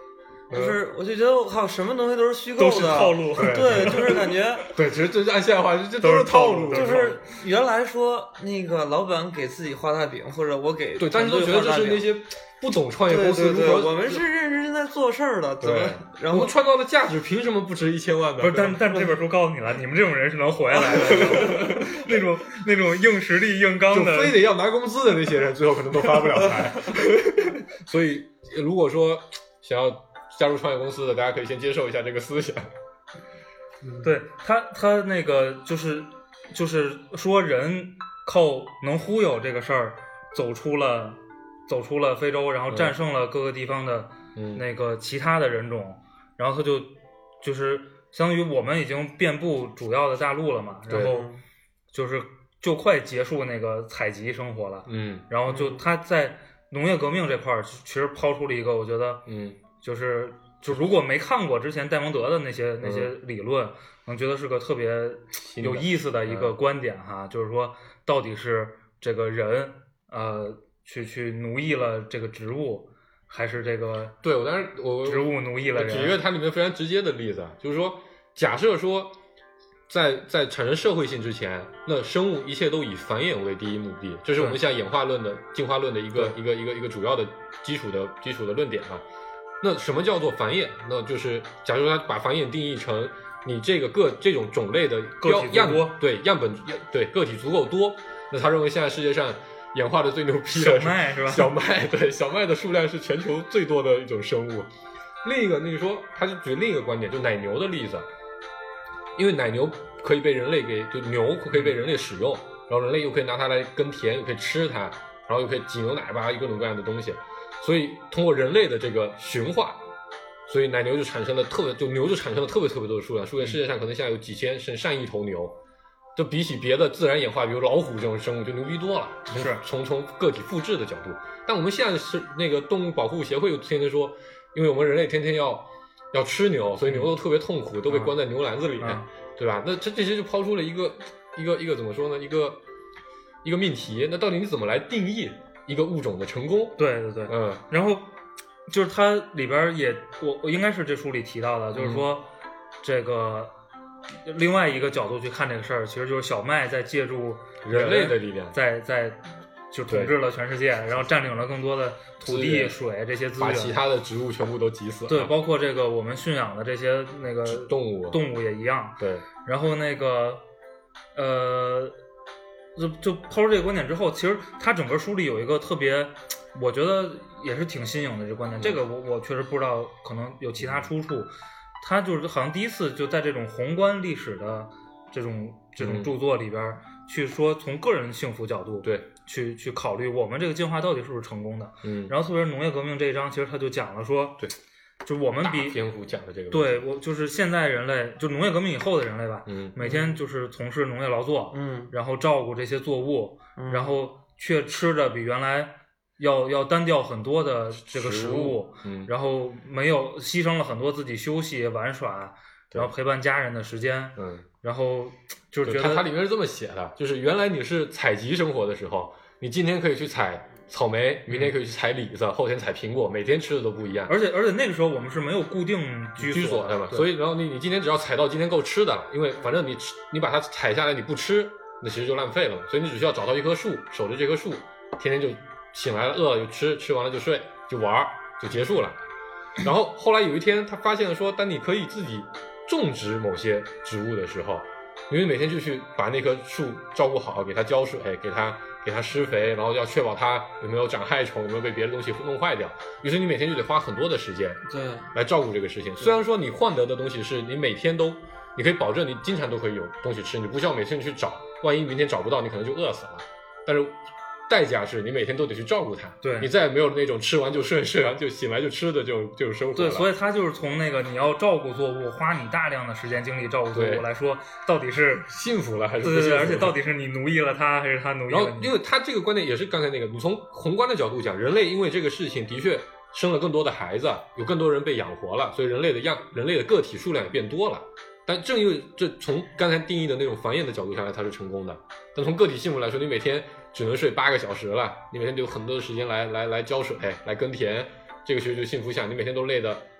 就是我就觉得我靠，什么东西都是虚构的， 都是套路。 对，就是感觉对，其实这按现在话，这都是套路。 就是原来说那个老板给自己画大饼，或者我给对，但是都觉得这是那些不懂创业公司， 对对对，我们是认认真真在做事儿的，怎么？然后创造的价值凭什么不值一千万呢？ 不是，但但这本书告诉你了，你们这种人是能活下来的。那种那种硬实力、硬刚的， 就非得要拿工资的那些人，最后可能都发不了财。所以，如果说想要加入创业公司的，大家可以先接受一下这个思想。 对他，他那个就是就是说，人靠能忽悠这个事儿，走出了走出了非洲，然后战胜了各个地方的那个其他的人种，嗯、然后他就就是相当于我们已经遍布主要的大陆了嘛，然后就是就快结束那个采集生活了， 嗯， 然后就他在农业革命这块儿，其实抛出了一个我觉得， 嗯， 就是就如果没看过之前戴蒙德的那些、嗯、那些理论，能觉得是个特别有意思的一个观点哈，嗯、就是说到底是这个人呃去去奴役了这个植物，还是这个对我当时我植物奴役了人？ 举一个它里面非常直接的例子，就是说，假设说在在产生社会性之前，那生物一切都以繁衍为第一目的，这是我们像演化论的进化论的一个一个一个一个主要的基础的基础的论点啊。那什么叫做繁衍？那就是假如说他把繁衍定义成你这个个这种种类的个体样多，对样本对个体足够多，那他认为现在世界上演化的最牛逼的小麦是吧？ 小麦对小麦的数量是全球最多的一种生物。另一个，那就说他就举另一个观点，就奶牛的例子，因为奶牛可以被人类给就牛可以被人类使用，然后人类又可以拿它来耕田，又可以吃它，然后又可以挤牛奶吧，各种各样的东西。所以通过人类的这个驯化，所以奶牛就产生了特别，就牛就产生了特别特别多的数量，数量世界上可能现在有几千甚至上亿头牛，就比起别的自然演化，比如老虎这种生物就牛逼多了。 是从从个体复制的角度，但我们现在是那个动物保护协会又天天说，因为我们人类天天要要吃牛，所以牛都特别痛苦，都被关在牛篮子里面，嗯、对吧？那这这些就抛出了一个一个一个怎么说呢？一个一个命题，那到底你怎么来定义一个物种的成功？ 对对对， 嗯， 然后就是它里边也，我我应该是这书里提到的，就是说、嗯、这个另外一个角度去看这个事儿，其实就是小麦在借助人类的力量， 在在就统治了全世界，然后占领了更多的土地、水这些资源， 把其他的植物全部都挤死了。 对，包括这个我们驯养的这些那个动物， 动物也一样。 对， 然后那个呃。就就抛出这个观点之后，其实他整个书里有一个特别，我觉得也是挺新颖的这个观点。这个我我确实不知道，可能有其他出处。他就是好像第一次就在这种宏观历史的这种这种著作里边、嗯、去说从个人幸福角度对去去考虑我们这个进化到底是不是成功的。 嗯， 然后特别是农业革命这一章，其实他就讲了说， 对。 就是我们比篇幅讲的这个， 对我就是现在人类，就农业革命以后的人类吧， 嗯， 每天就是从事农业劳作， 嗯， 然后照顾这些作物， 嗯、 然后却吃的比原来要要单调很多的这个食物， 嗯， 然后没有牺牲了很多自己休息玩耍，然后陪伴家人的时间， 嗯， 然后就是觉得它它里面是这么写的，就是原来你是采集生活的时候，你今天可以去采草莓，明天可以去采李子，后天采苹果，每天吃的都不一样。 而且而且那个时候我们是没有固定居居所的嘛，所以然后你你今天只要采到今天够吃的了，因为反正你吃你把它采下来你不吃，那其实就浪费了嘛。所以你只需要找到一棵树，守着这棵树，天天就醒来了饿了就吃，吃完了就睡就玩就结束了。然后后来有一天他发现了说，当你可以自己种植某些植物的时候，因为每天就去把那棵树照顾好，给它浇水，给它给它施肥，然后要确保它有没有长害虫，有没有被别的东西弄坏掉。于是你每天就得花很多的时间， 对， 来照顾这个事情。虽然说你换得的东西是你每天都，你可以保证你经常都可以有东西吃，你不需要每天去找，万一明天找不到，你可能就饿死了。但是代价是你每天都得去照顾它， 对， 你再也没有那种吃完就睡，睡完就醒来就吃的就就生活了。 对，所以他就是从那个你要照顾作物，花你大量的时间精力照顾作物来说，到底是幸福了还是不幸福了？ 对对对，而且到底是你奴役了他，还是他奴役了你？ 然后，因为他这个观点也是刚才那个，你从宏观的角度讲，人类因为这个事情的确生了更多的孩子，有更多人被养活了，所以人类的样人类的个体数量也变多了。但正因为这从刚才定义的那种繁衍的角度下来，它是成功的。但从个体幸福来说，你每天只能睡八个小时了，你每天都有很多的时间来来来浇水，来耕田，这个其实就幸福想，你每天都累得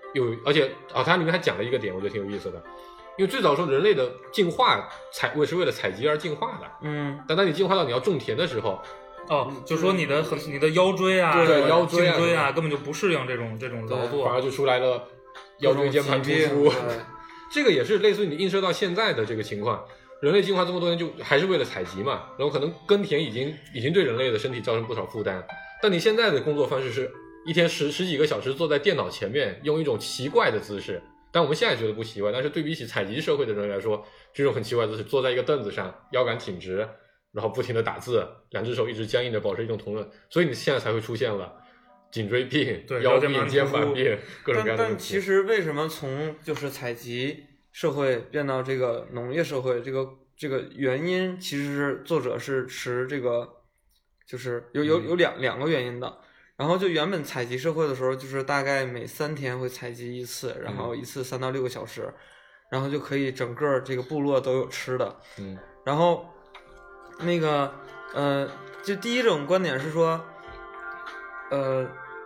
有，而且啊，它里面还讲了一个点，我觉得挺有意思的。因为最早说人类的进化采为是为了采集而进化的， 嗯， 但当你进化到你要种田的时候， 哦，就说你的很你的腰椎啊， 对腰颈椎啊椎啊，根本就不适应这种这种劳作， 反而就出来了腰椎间盘突出。这个也是类似于你映射到现在的这个情况，人类进化这么多年就还是为了采集嘛，然后可能耕田已经已经对人类的身体造成不少负担，但你现在的工作方式是一天十十几个小时坐在电脑前面，用一种奇怪的姿势。但我们现在觉得不奇怪，但是对比起采集社会的人来说，这种很奇怪的姿势，坐在一个凳子上，腰杆挺直，然后不停的打字，两只手一直僵硬的保持一种同论，所以你现在才会出现了颈椎病、腰病、肩膀病各种各样的问题。 但但其实为什么从就是采集社会变到这个农业社会，这个这个原因，其实是作者是持这个就是有有有两两个原因的。然后就原本采集社会的时候，就是大概每三天会采集一次，然后一次三到六个小时，然后就可以整个这个部落都有吃的。 嗯， 然后那个呃，就第一种观点是说，呃，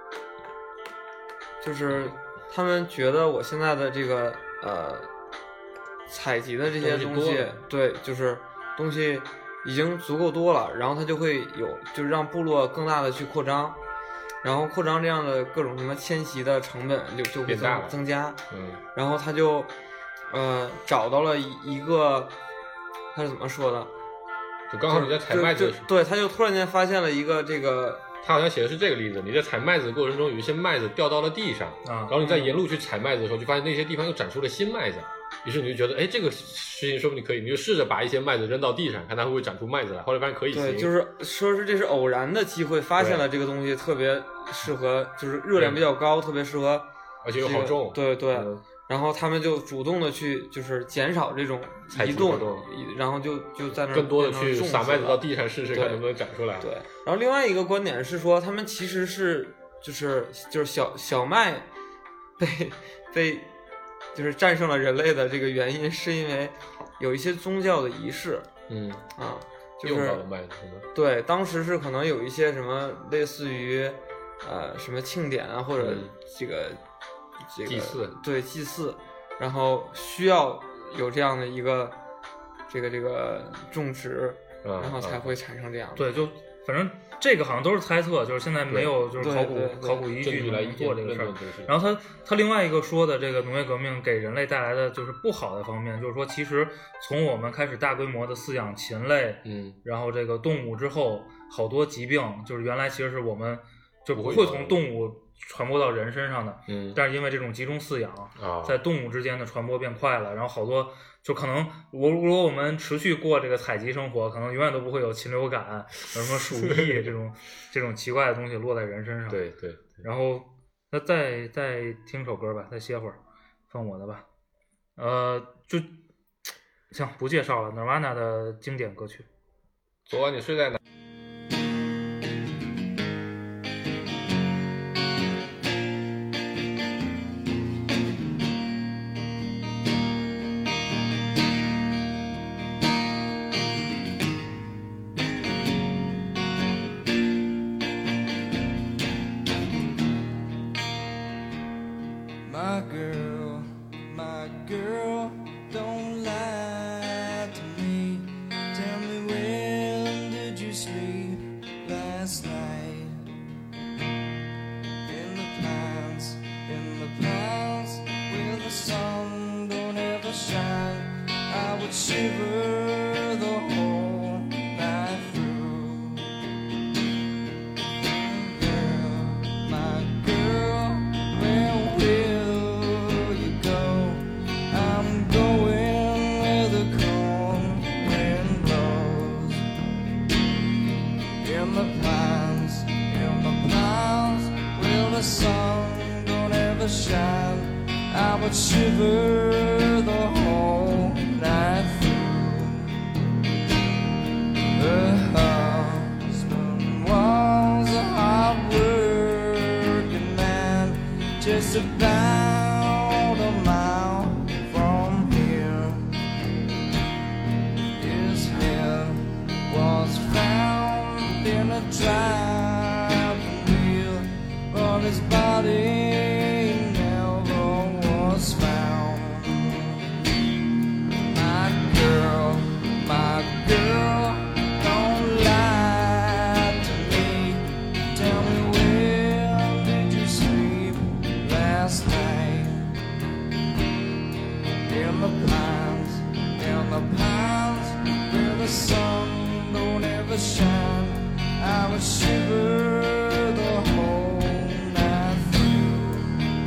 就是他们觉得我现在的这个呃采集的这些东西，对，就是东西已经足够多了，然后他就会有，就是让部落更大的去扩张。然后扩张这样的各种什么迁徙的成本就就会增增加， 嗯， 然后他就呃找到了一个，他是怎么说的？ 就刚好你在采麦子， 对，他就突然间发现了一个这个， 他好像写的是这个例子：你在采麦子的过程中，有一些麦子掉到了地上， 啊， 然后你在沿路去采麦子的时候，就发现那些地方又长出了新麦子，于是你就觉得，哎，这个事情说不定可以，你就试着把一些麦子扔到地上，看它会不会长出麦子来。后来发现可以行。 对，就是说是这是偶然的机会发现了这个东西，特别适合，就是热量比较高，特别适合， 而且又好种。 对对。 嗯， 然后他们就主动的去，就是减少这种移动，然后就就在那更多的去撒麦子到地上试试看能不能长出来。 对。然后另外一个观点是说，他们其实是就是就是小小麦被被就是战胜了人类的这个原因，是因为有一些宗教的仪式。 嗯啊，就是用到了麦子是吗？ 对，当时是可能有一些什么类似于呃什么庆典啊，或者这个。嗯这个、 祭祀， 对祭祀，然后需要有这样的一个这个这个种植， 嗯、 然后才会产生这样的。 对，就反正这个好像都是猜测，就是现在没有就是考古考古依据来做这个事儿。然后他他另外一个说的这个农业革命给人类带来的就是不好的方面，就是说其实从我们开始大规模的饲养禽类， 嗯， 然后这个动物之后，好多疾病就是原来其实是我们就不会从动物传播到人身上的， 嗯， 但是因为这种集中饲养， 啊， 在动物之间的传播变快了，然后好多就可能，我如果我们持续过这个采集生活，可能永远都不会有禽流感、有什么鼠疫这种这种奇怪的东西落在人身上。 对 对, 对。 然后那再再听首歌吧，再歇会儿，放我的吧。呃，就行，不介绍了 ，Nirvana 的经典歌曲。 昨晚你睡在哪？ His body never would shiver the whole night through.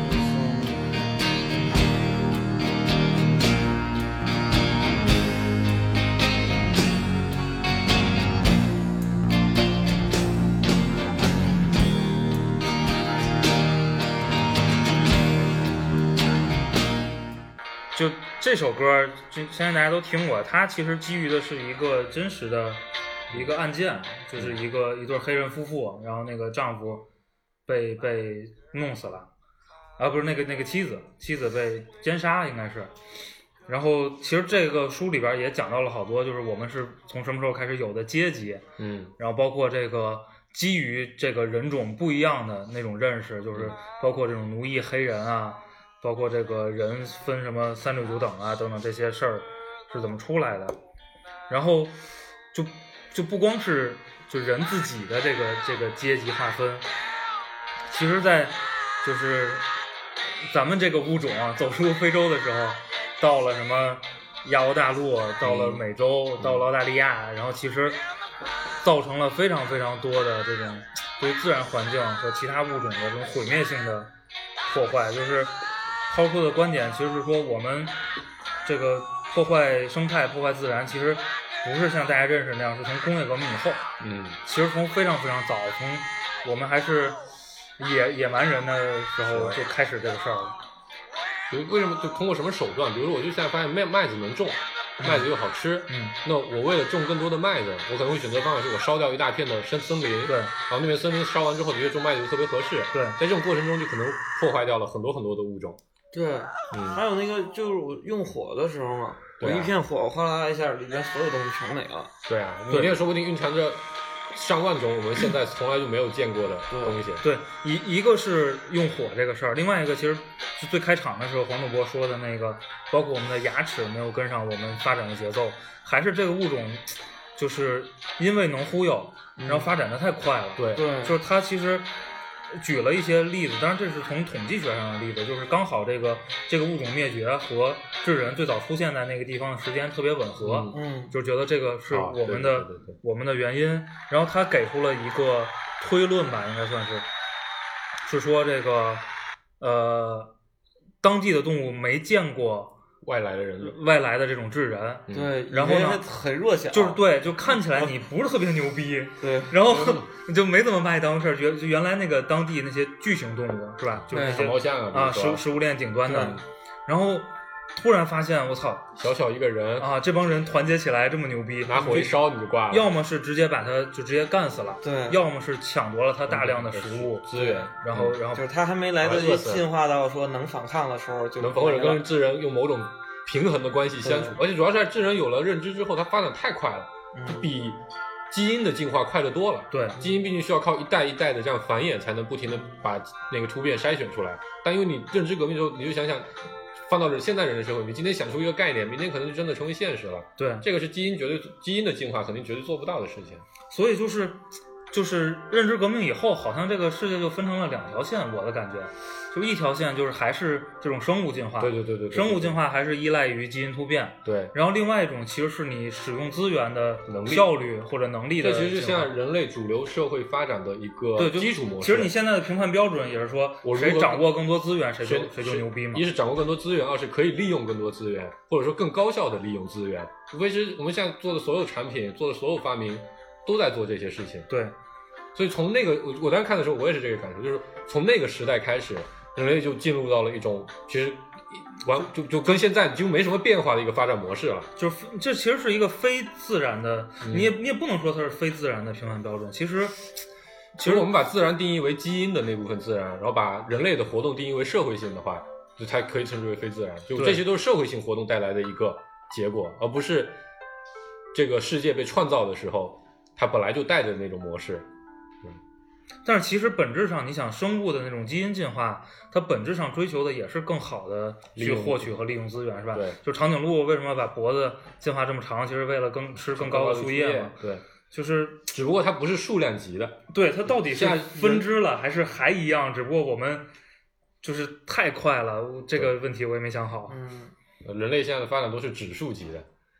就这首歌，这相信大家都听过，它其实基于的是一个真实的一个案件，就是一个一对黑人夫妇，然后那个丈夫被被弄死了，啊不是那个那个妻子，妻子被奸杀应该是。然后其实这个书里边也讲到了好多，就是我们是从什么时候开始有的阶级， 嗯， 然后包括这个基于这个人种不一样的那种认识，就是包括这种奴役黑人啊。包括这个人分什么三六九等啊等等这些事儿是怎么出来的，然后就就不光是就人自己的这个这个阶级划分，其实在就是咱们这个物种啊走出非洲的时候，到了什么亚欧大陆，到了美洲，嗯、到了澳大利亚，然后其实造成了非常非常多的这种对自然环境和其他物种的这种毁灭性的破坏，就是抛出的观点其实是说，我们这个破坏生态、破坏自然，其实不是像大家认识那样，是从工业革命以后， 嗯， 其实从非常非常早，从我们还是野野蛮人的时候就开始这个事儿了。 就为什么就通过什么手段？比如说，我就现在发现麦麦子能种，麦子又好吃， 嗯， 那我为了种更多的麦子，我可能会选择方法是我烧掉一大片的森森林， 对， 然后那边森林烧完之后，的确种麦子就特别合适， 对， 在这种过程中就可能破坏掉了很多很多的物种。 对， 嗯， 还有那个就是我用火的时候嘛， 对啊、 我一片火哗啦一下，里面所有东西全没了。 对啊，里面说不定蕴藏着上万种我们现在从来就没有见过的东西。 对，一一个是用火这个事儿，另外一个其实是最开场的时候黄主播说的那个，包括我们的牙齿没有跟上我们发展的节奏，还是这个物种就是因为能忽悠，然后发展的太快了。 对对， 就是它其实举了一些例子，当然这是从统计学上的例子，就是刚好这个这个物种灭绝和智人最早出现在那个地方的时间特别吻合， 嗯， 就觉得这个是我们的、 哦、对对对对我们的原因。然后他给出了一个推论吧，应该算是是说这个呃当地的动物没见过外来的人， 外来的这种智人， 嗯、对， 然后呢很弱小， 就是对，就看起来你不是特别牛逼， 对， 然后你就没怎么把你当回事儿，觉得就原来那个当地那些巨型动物是吧，就是那些毛象啊啊食食物链顶端的，然后突然发现我操， 小小一个人啊，这帮人团结起来这么牛逼， 拿火一烧你就挂了， 要么是直接把他就直接干死了， 对， 要么是抢夺了他大量的食物资源， 然后然后就是他还没来得及进化到说能反抗的时候，就能或者跟智人用某种平衡的关系相处，而且主要是智人有了认知之后，它发展太快了，就比基因的进化快得多了。 对， 基因毕竟需要靠一代一代的这样繁衍，才能不停的把那个突变筛选出来。但因为你认知革命之后，你就想想，放到现代人的社会，你今天想出一个概念，明天可能就真的成为现实了。 对， 这个是基因绝对基因的进化肯定绝对做不到的事情。 所以就是就是认知革命以后，好像这个世界就分成了两条线，我的感觉。就一条线就是还是这种生物进化， 对对对 对, 对, 对, 对， 生物进化还是依赖于基因突变， 对。 然后另外一种其实是你使用资源的效率或者能力的， 这其实是现在人类主流社会发展的一个基础模式。 其实你现在的评判标准也是说，谁掌握更多资源，谁就谁就牛逼嘛。 一是掌握更多资源，二是可以利用更多资源，或者说更高效的利用资源。无非是我们现在做的所有产品，做的所有发明，都在做这些事情。 对。 所以从那个我我当时看的时候，我也是这个感受，就是从那个时代开始，人类就进入到了一种其实完就就跟现在几乎没什么变化的一个发展模式了。 就是这其实是一个非自然的， 嗯、 你也你也不能说它是非自然的评判标准。其实， 其实我们把自然定义为基因的那部分自然，然后把人类的活动定义为社会性的话，就才可以称之为非自然。就这些都是社会性活动带来的一个结果，而不是这个世界被创造的时候，它本来就带着那种模式。 但是其实本质上，你想生物的那种基因进化，它本质上追求的也是更好的去获取和利用资源，是吧？ 对。 就长颈鹿为什么把脖子进化这么长，其实为了更吃更高的树叶嘛。 对。 就是只不过它不是数量级的。 对，它到底是分支了还是还一样？只不过我们就是太快了，这个问题我也没想好。 嗯。 人类现在的发展都是指数级的。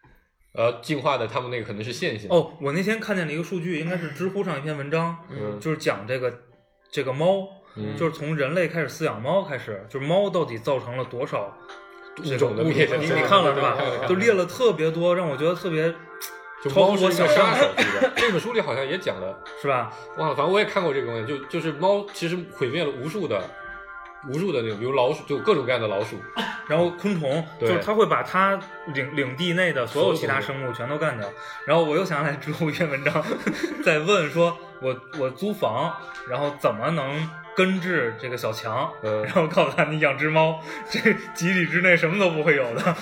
呃，进化的他们那个可能是线性。 哦，我那天看见了一个数据，应该是知乎上一篇文章， 嗯就是讲这个这个猫， 嗯就是从人类开始饲养猫开始，就是猫到底造成了多少物种的物灭绝， 种你你看了是吧看了看了？ 就列了特别多，让我觉得特别就超猫是一个乎我想象杀手级的。这本书里好像也讲了， 是吧？ 哇，反正我也看过这个东西，就就是猫其实毁灭了无数的。无数的那种，比如老鼠，就各种各样的老鼠， 然后昆虫，就对是它会把它领领地内的所有其他生物全都干掉。然后我又想起来知乎一篇文章，在问说我我租房，然后怎么能根治这个小强？ 嗯然后告诉他你养只猫，这几里之内什么都不会有的。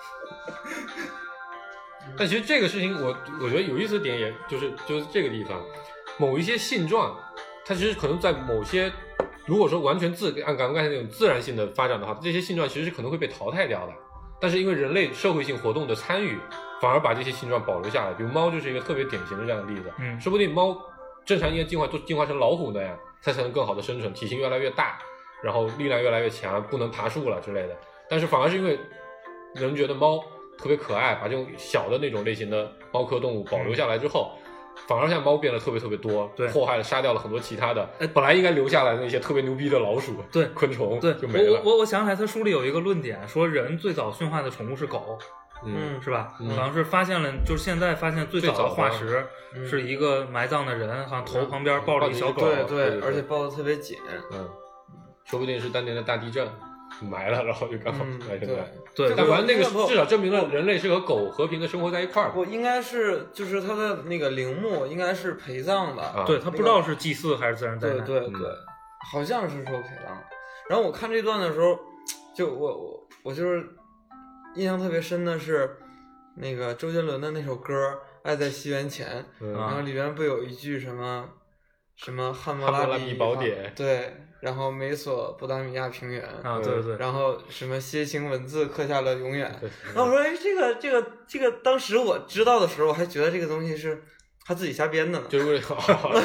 但其实这个事情我，我觉得有意思的点，也就是就是这个地方，某一些性状，它其实可能在某些。如果说完全自按刚刚才那种自然性的发展的话，这些性状其实是可能会被淘汰掉的。但是因为人类社会性活动的参与，反而把这些性状保留下来。比如猫就是一个特别典型的这样的例子。 嗯， 说不定猫正常应该进化都进化成老虎那样，它才能更好的生存，体型越来越大，然后力量越来越强，不能爬树了之类的。但是反而是因为人觉得猫特别可爱，把这种小的那种类型的猫科动物保留下来之后。嗯反而像猫变得特别特别多， 对， 祸害了杀掉了很多其他的，本来应该留下来的那些特别牛逼的老鼠、 对昆虫， 对， 就没了。 我我我想起来，他书里有一个论点，说人最早驯化的宠物是狗， 嗯， 是吧？ 嗯、 好像是发现了，就是现在发现最早的化石是一个埋葬的人，好像头旁边抱着一小狗， 对对， 对， 而且抱得特别紧， 嗯，说不定是当年的大地震。埋了，然后就刚好埋现在。 对， 但反正那个至少证明了人类是和狗和平的生活在一块儿。 不，应该是就是它的那个陵墓应该是陪葬的， 啊、 对他不知道是祭祀还是自然灾难。对对对，嗯、好像是说陪葬。然后我看这段的时候，就我我我就是印象特别深的是那个周杰伦的那首歌《爱在西元前》， 嗯、 然后里边不有一句什么什么汉谟拉比宝典， 对。然后美索不达米亚平原啊，对对对， 然后什么楔形文字刻下了永远。然后我说，哎，这个这个这个，当时我知道的时候，我还觉得这个东西是他自己瞎编的呢。 就是为了。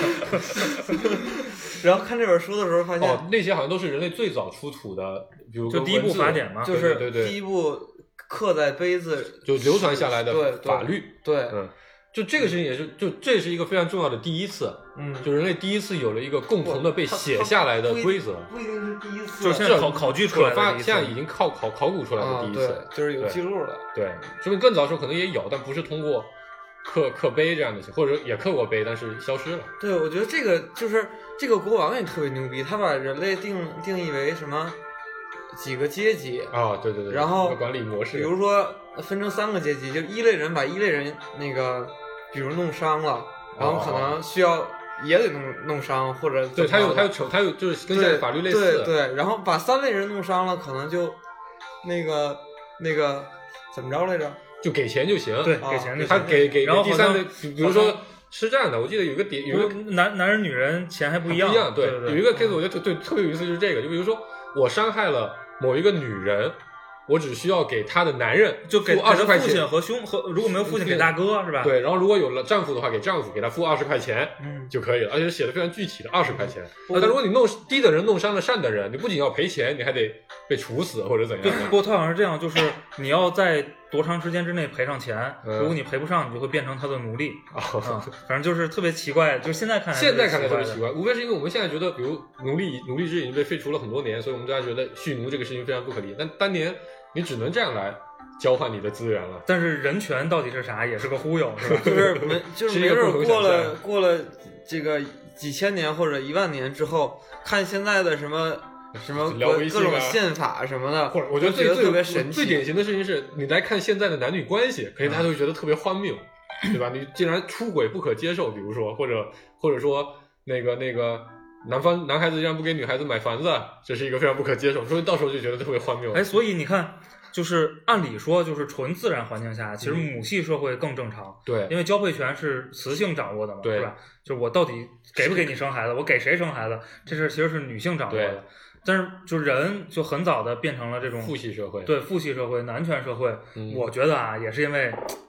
然后看这本书的时候，发现哦，那些好像都是人类最早出土的，比如就第一部法典嘛， 就是对对第一部刻在碑子就流传下来的法律。 对，对嗯。就这个事情也是，就这是一个非常重要的第一次， 嗯， 就人类第一次有了一个共同的被写下来的规则， 不一定是第一次， 就是现在考考据出来的第一次， 现在已经靠考考古出来的第一次， 啊、就是有记录的， 对，说明更早的时候可能也有，但不是通过刻刻碑这样的，或者也刻过碑，但是消失了。 对，我觉得这个就是这个国王也特别牛逼，他把人类定定义为什么几个阶级啊，对对对， 然后管理模式， 比如说分成三个阶级，就一类人把一类人那个。比如弄伤了，然后可能需要也得弄弄伤，或者对他有他有惩他有就是跟现在法律类似， 对 对, 对，然后把三类人弄伤了，可能就那个那个怎么着来着？ 就给钱就行， 对， 啊、 给钱就行。 他给给然后第三类，比如说吃战的，我记得有一个点，有一个男男人女人钱还不一样， 不一样，对， 对对有一个 case 我觉得对特别有意思，就是这个，就比如说我伤害了某一个女人。我只需要给他的男人就给二十块钱， 父亲和兄和如果没有父亲给大哥是吧？ 对，然后如果有了丈夫的话，给丈夫给他付二十块钱， 嗯， 就可以了，而且写的非常具体的二十块钱。但如果你弄低的人弄伤了善的人，你不仅要赔钱，你还得被处死或者怎样。 对，不过他好像是这样，就是你要在多长时间之内赔上钱， 嗯、 如果你赔不上，你就会变成他的奴隶。 啊、 嗯，反正就是特别奇怪，就是现在看来现在看来特别奇怪，无非是因为我们现在觉得，比如奴隶奴隶制已经被废除了很多年，所以我们大家觉得蓄奴这个事情非常不可理。但当年。你只能这样来交换你的资源了， 但是人权到底是啥，也是个忽悠，是吧？ 就是没，就是没准过了过了这个几千年或者一万年之后，看现在的什么什么各种宪法什么的， 或者我觉得最觉得特别神奇。 最典型的事情是你来看现在的男女关系，可能大家都会觉得特别荒谬，对吧？你竟然出轨不可接受，比如说，或者或者说那个那个。男方男孩子竟然不给女孩子买房子，这是一个非常不可接受，所以到时候就觉得特别荒谬。 哎，所以你看，就是按理说，就是纯自然环境下，其实母系社会更正常。 对、嗯， 因为交配权是雌性掌握的嘛， 对是吧？就是我到底给不给你生孩子，我给谁生孩子，这事其实是女性掌握的。但是就人就很早的变成了这种父系社会， 对父系社会、男权社会。 嗯、 我觉得啊，也是因为。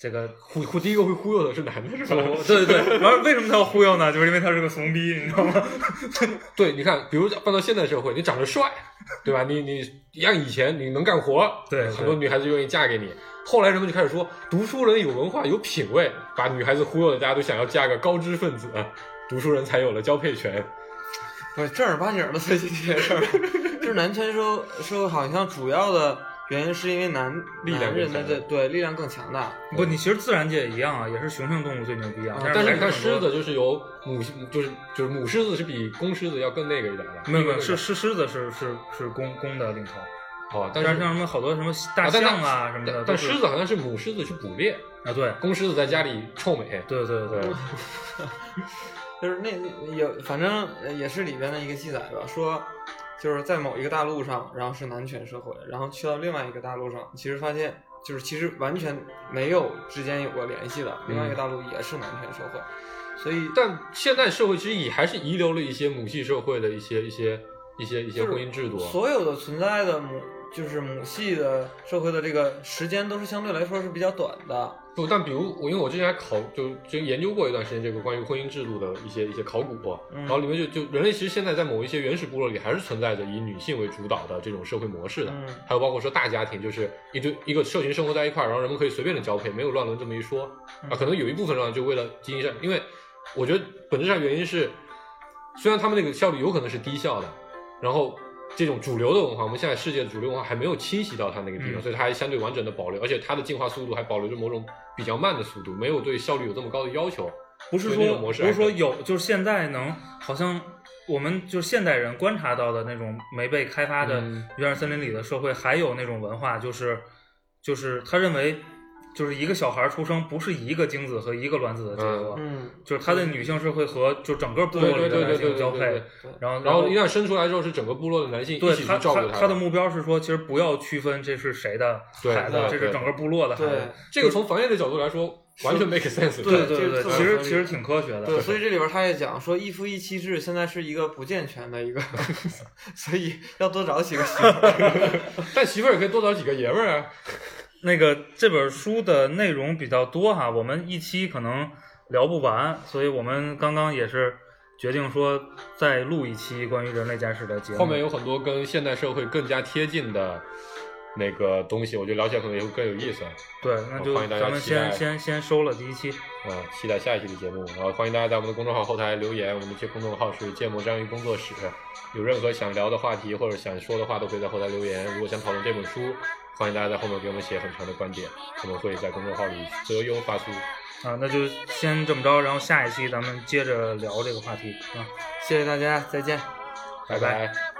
这个忽忽第一个会忽悠的是男的，是吧？ 对对对，然后为什么他要忽悠呢？就是因为他是个怂逼，你知道吗？ 对，你看，比如放到现代社会，你长得帅，对吧？你你像以前你能干活， 对， 很多女孩子愿意嫁给你。后来人们就开始说，读书人有文化有品位，把女孩子忽悠的大家都想要嫁个高知分子，读书人才有了交配权。 不是正儿八经的这些事儿，就是男权社社会好像主要的原因是因为男力量男人的对对力量更强大。 不，你其实自然界也一样啊，也是雄性动物最牛逼啊。 但是是你看狮子就是由母就是就是母狮子是比公狮子要更那个一点的。 没有没有，是是狮子是是是公公的领头。 哦，但是像什么好多什么大象啊什么的， 但狮子好像是母狮子去捕猎啊，对， 公狮子在家里臭美。 对对对。 就是那有，反正也是里边的一个记载吧，说就是在某一个大陆上，然后是男权社会，然后去到另外一个大陆上，其实发现就是其实完全没有之间有过联系的，另外一个大陆也是男权社会，所以但现代社会其实也还是遗留了一些母系社会的一些一些一些一些婚姻制度， 所有的存在的母就是母系的社会的这个时间都是相对来说是比较短的。 不，但比如我，因为我之前还考就就研究过一段时间这个关于婚姻制度的一些一些考古， 嗯、 然后里面就就人类其实现在在某一些原始部落里还是存在着以女性为主导的这种社会模式的， 嗯、 还有包括说大家庭，就是一堆一个社群生活在一块儿，然后人们可以随便的交配，没有乱伦这么一说、 嗯、 啊，可能有一部分人就为了基因上，因为我觉得本质上原因是，虽然他们那个效率有可能是低效的，然后。这种主流的文化，我们现在世界的主流文化还没有侵袭到它那个地方、嗯，所以它还相对完整的保留，而且它的进化速度还保留着某种比较慢的速度，没有对效率有这么高的要求。 不是说不是说有，就是现在能好像我们就是现代人观察到的那种没被开发的原始森林里的社会，还有那种文化，就是就是他认为。就是一个小孩出生不是一个精子和一个卵子的结果， 嗯， 就是他的女性是会和就整个部落里的男性交配，然后然后一旦生出来之后是整个部落的男性一起去照顾他。 他的目标是说，其实不要区分这是谁的孩子，这是整个部落的孩子。 这个从防疫的角度来说，完全 make sense。 对对对，其实其实挺科学的。 对，所以这里边他也讲说，一夫一妻制现在是一个不健全的一个，所以要多找几个媳妇儿， 但媳妇儿也可以多找几个爷们儿啊。 那个这本书的内容比较多哈，我们一期可能聊不完，所以我们刚刚也是决定说再录一期关于人类简史的节目。 后面有很多跟现代社会更加贴近的那个东西，我觉得聊起来可能也会更有意思。 对，那就咱们先先先收了第一期啊、嗯，期待下一期的节目。然后欢迎大家在我们的公众号后台留言，我们的公众号是芥末章鱼工作室，有任何想聊的话题或者想说的话都可以在后台留言。如果想讨论这本书，欢迎大家在后面给我们写很长的观点，我们会在公众号里择优发出。 啊，那就先这么着，然后下一期咱们接着聊这个话题啊。 谢谢大家，再见， 拜拜。